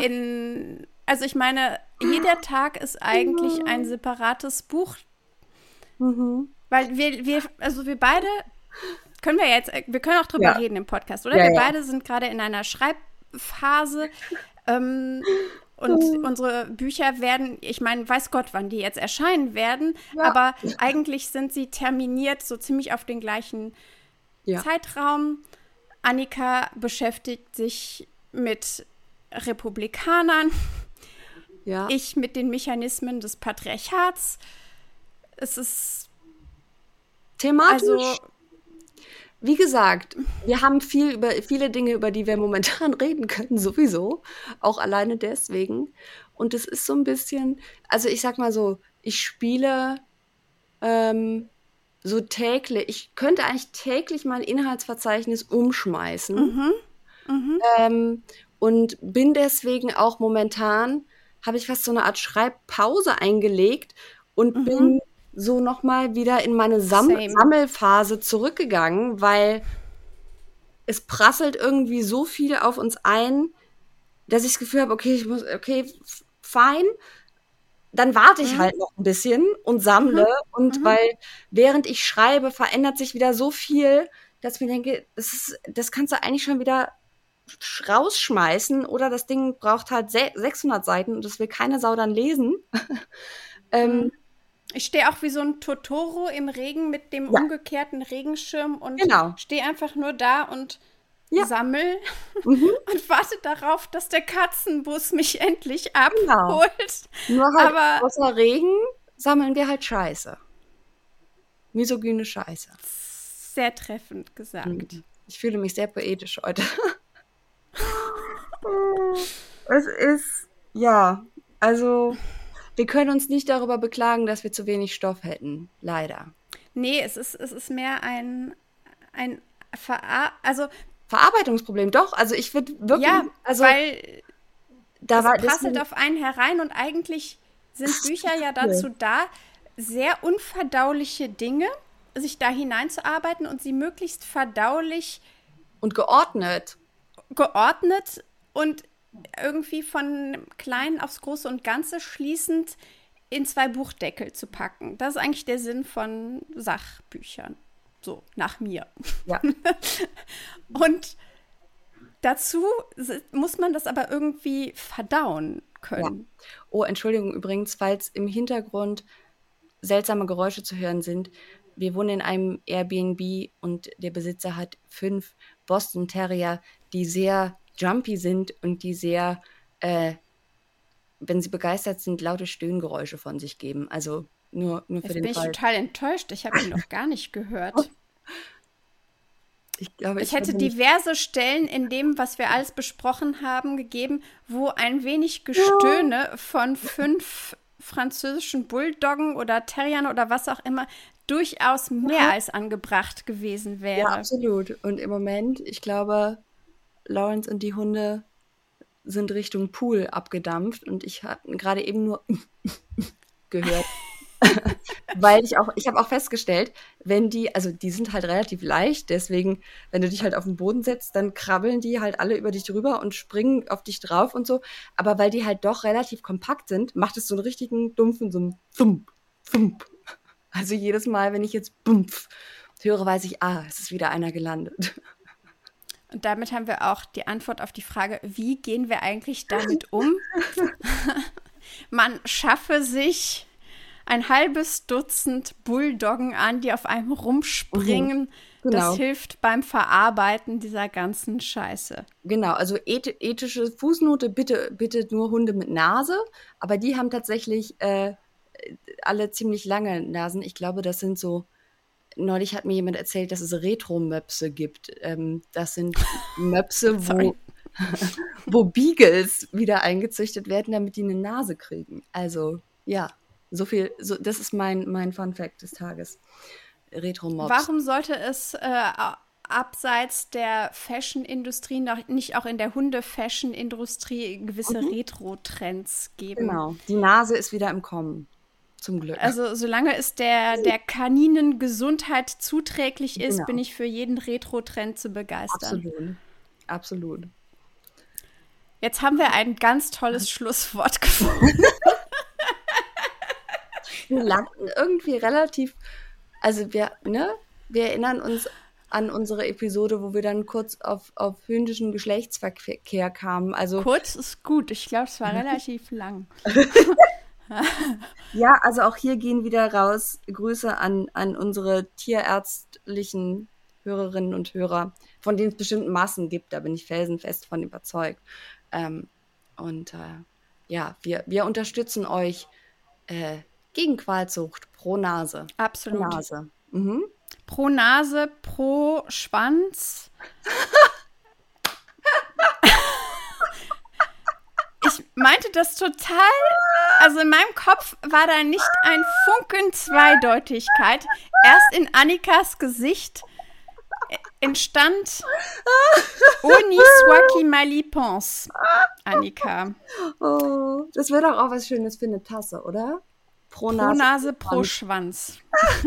in, also ich meine, jeder Tag ist eigentlich ein separates Buch, mhm. weil wir, wir, also wir beide, können wir jetzt, wir können auch drüber ja. reden im Podcast, oder? Ja, wir ja. beide sind gerade in einer Schreibphase ähm, und mhm. unsere Bücher werden, ich meine, weiß Gott, wann die jetzt erscheinen werden, ja. aber eigentlich sind sie terminiert so ziemlich auf den gleichen ja. Zeitraum. Annika beschäftigt sich mit Republikanern, ja. ich mit den Mechanismen des Patriarchats. Es ist thematisch. Also, wie gesagt, wir haben viel über viele Dinge, über die wir momentan reden können, sowieso. Auch alleine deswegen. Und es ist so ein bisschen, also ich sag mal so, ich spiele ähm, so täglich, ich könnte eigentlich täglich mein Inhaltsverzeichnis umschmeißen. Mhm. Mhm. Ähm, und bin deswegen auch momentan, habe ich fast so eine Art Schreibpause eingelegt und mhm. bin so nochmal wieder in meine Sam- Sammelphase zurückgegangen, weil es prasselt irgendwie so viel auf uns ein, dass ich das Gefühl habe, okay, ich muss, okay, f- fein, dann warte ich mhm. halt noch ein bisschen und sammle mhm. und mhm. weil während ich schreibe, verändert sich wieder so viel, dass ich mir denke, das ist, das kannst du eigentlich schon wieder rausschmeißen oder das Ding braucht halt se- sechshundert Seiten und das will keine Sau dann lesen. ähm, ich stehe auch wie so ein Totoro im Regen mit dem ja. umgekehrten Regenschirm und genau. stehe einfach nur da und ja. sammel mhm. und warte darauf, dass der Katzenbus mich endlich abholt. Genau. Nur halt Aber außer Regen sammeln wir halt Scheiße. Misogyne Scheiße. Sehr treffend gesagt. Ich fühle mich sehr poetisch heute. Es ist, ja, also wir können uns nicht darüber beklagen, dass wir zu wenig Stoff hätten, leider. Nee, es ist, es ist mehr ein, ein Verar- also Verarbeitungsproblem, doch. Also ich würde wirklich, ja, also weil da es war, prasselt auf einen herein und eigentlich sind Bücher ja dazu da, sehr unverdauliche Dinge, sich da hineinzuarbeiten und sie möglichst verdaulich und geordnet. geordnet und irgendwie von Kleinen aufs Große und Ganze schließend in zwei Buchdeckel zu packen. Das ist eigentlich der Sinn von Sachbüchern. So, nach mir. Ja. Und dazu muss man das aber irgendwie verdauen können. Ja. Oh, Entschuldigung übrigens, falls im Hintergrund seltsame Geräusche zu hören sind. Wir wohnen in einem Airbnb und der Besitzer hat fünf Boston Terrier, die sehr jumpy sind und die sehr äh, wenn sie begeistert sind, laute Stöhngeräusche von sich geben. Also nur, nur für Jetzt den bin ich Fall. total enttäuscht. Ich habe ihn noch gar nicht gehört. Ich, glaube, Ich hätte habe nicht- diverse Stellen in dem, was wir alles besprochen haben, gegeben, wo ein wenig Gestöhne von fünf französischen Bulldoggen oder Terriern oder was auch immer durchaus mehr als angebracht gewesen Ja, wäre. absolut. Und im Moment, ich glaube, Lawrence und die Hunde sind Richtung Pool abgedampft und ich habe gerade eben nur gehört. Weil ich auch, ich habe auch festgestellt, wenn die, also die sind halt relativ leicht, deswegen, wenn du dich halt auf den Boden setzt, dann krabbeln die halt alle über dich drüber und springen auf dich drauf und so. Aber weil die halt doch relativ kompakt sind, macht es so einen richtigen dumpfen, so einen Thump, Thump. Also jedes Mal, wenn ich jetzt Bumpf höre, weiß ich, ah, es ist wieder einer gelandet. Und damit haben wir auch die Antwort auf die Frage, wie gehen wir eigentlich damit um? Man schaffe sich ein halbes Dutzend Bulldoggen an, die auf einem rumspringen. Genau. Das hilft beim Verarbeiten dieser ganzen Scheiße. Genau, also eth- ethische Fußnote, bitte, bitte nur Hunde mit Nase, aber die haben tatsächlich äh, alle ziemlich lange Nasen. Ich glaube, das sind so, neulich hat mir jemand erzählt, dass es Retro-Möpse gibt. Ähm, das sind Möpse, Sorry. wo, wo Beagles wieder eingezüchtet werden, damit die eine Nase kriegen. Also, ja, so viel, so, das ist mein, mein Fun-Fact des Tages. Retro-Mops. Warum sollte es äh, abseits der Fashion-Industrie noch, nicht auch in der Hunde-Fashion-Industrie gewisse Mhm. Retro-Trends geben? Genau, die Nase ist wieder im Kommen. Zum Glück. Also solange es der, der Kaninengesundheit zuträglich ist, Genau. bin ich für jeden Retro-Trend zu begeistern. Absolut. Absolut. Jetzt haben wir ein ganz tolles Schlusswort gefunden. Wir landen irgendwie relativ, also wir, ne, wir erinnern uns an unsere Episode, wo wir dann kurz auf, auf höhnischen Geschlechtsverkehr kamen. Also Kurz ist gut. Ich glaube, es war relativ lang. ja, also auch hier gehen wieder raus Grüße an, an unsere tierärztlichen Hörerinnen und Hörer, von denen es bestimmt Massen gibt, da bin ich felsenfest von überzeugt. Ähm, und äh, ja, wir, wir unterstützen euch äh, gegen Qualzucht pro Nase. Absolut. Pro Nase. Mhm. Pro Nase, pro Schwanz. Ich meinte das total, also in meinem Kopf war da nicht ein Funken Zweideutigkeit. Erst in Annikas Gesicht entstand Oni Swaki Mali Pense, Annika. Oh, das wäre doch auch was Schönes für eine Tasse, oder? Pro Pro Nase. Nase, pro Schwanz.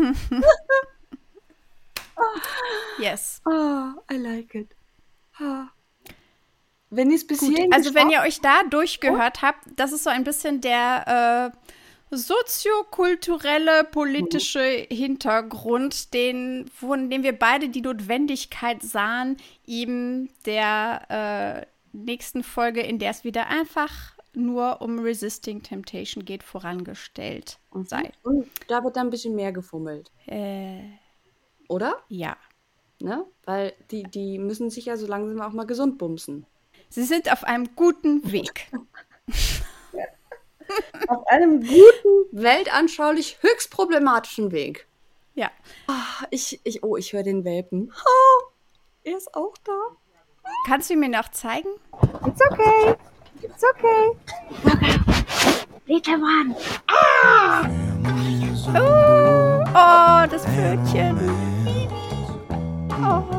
Yes. Oh, I like it. Oh. Wenn ihr es bis Gut, hierhin also wenn geschafft- ihr euch da durchgehört habt, das ist so ein bisschen der äh, soziokulturelle, politische Hintergrund, den, von dem wir beide die Notwendigkeit sahen, ihm der äh, nächsten Folge, in der es wieder einfach nur um Resisting Temptation geht, vorangestellt sei. Und da wird dann ein bisschen mehr gefummelt, Äh, oder? ja. Ne? Weil die, die müssen sich ja so langsam auch mal gesund bumsen. Sie sind auf einem guten Weg. Auf einem guten, weltanschaulich höchst problematischen Weg. Ja. Ah, ich, ich, oh, ich höre den Welpen. Oh, er ist auch da. Kannst du ihn mir noch zeigen? It's okay. It's okay. Little one. Oh, das Pfötchen. Oh.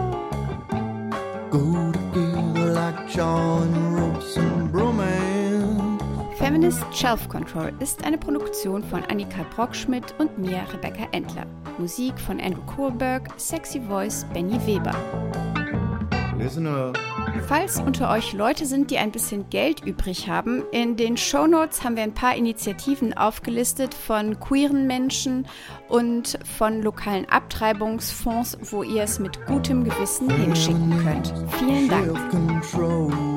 Go together like John Ropes and Bromance. Feminist Shelf Control ist eine Produktion von Annika Brockschmidt und mir, Rebecca Endler. Musik von Andrew Kohlberg, Sexy Voice Benny Weber. Listen up. Falls unter euch Leute sind, die ein bisschen Geld übrig haben, in den Shownotes haben wir ein paar Initiativen aufgelistet von queeren Menschen und von lokalen Abtreibungsfonds, wo ihr es mit gutem Gewissen hinschicken könnt. Vielen Dank. Self-control.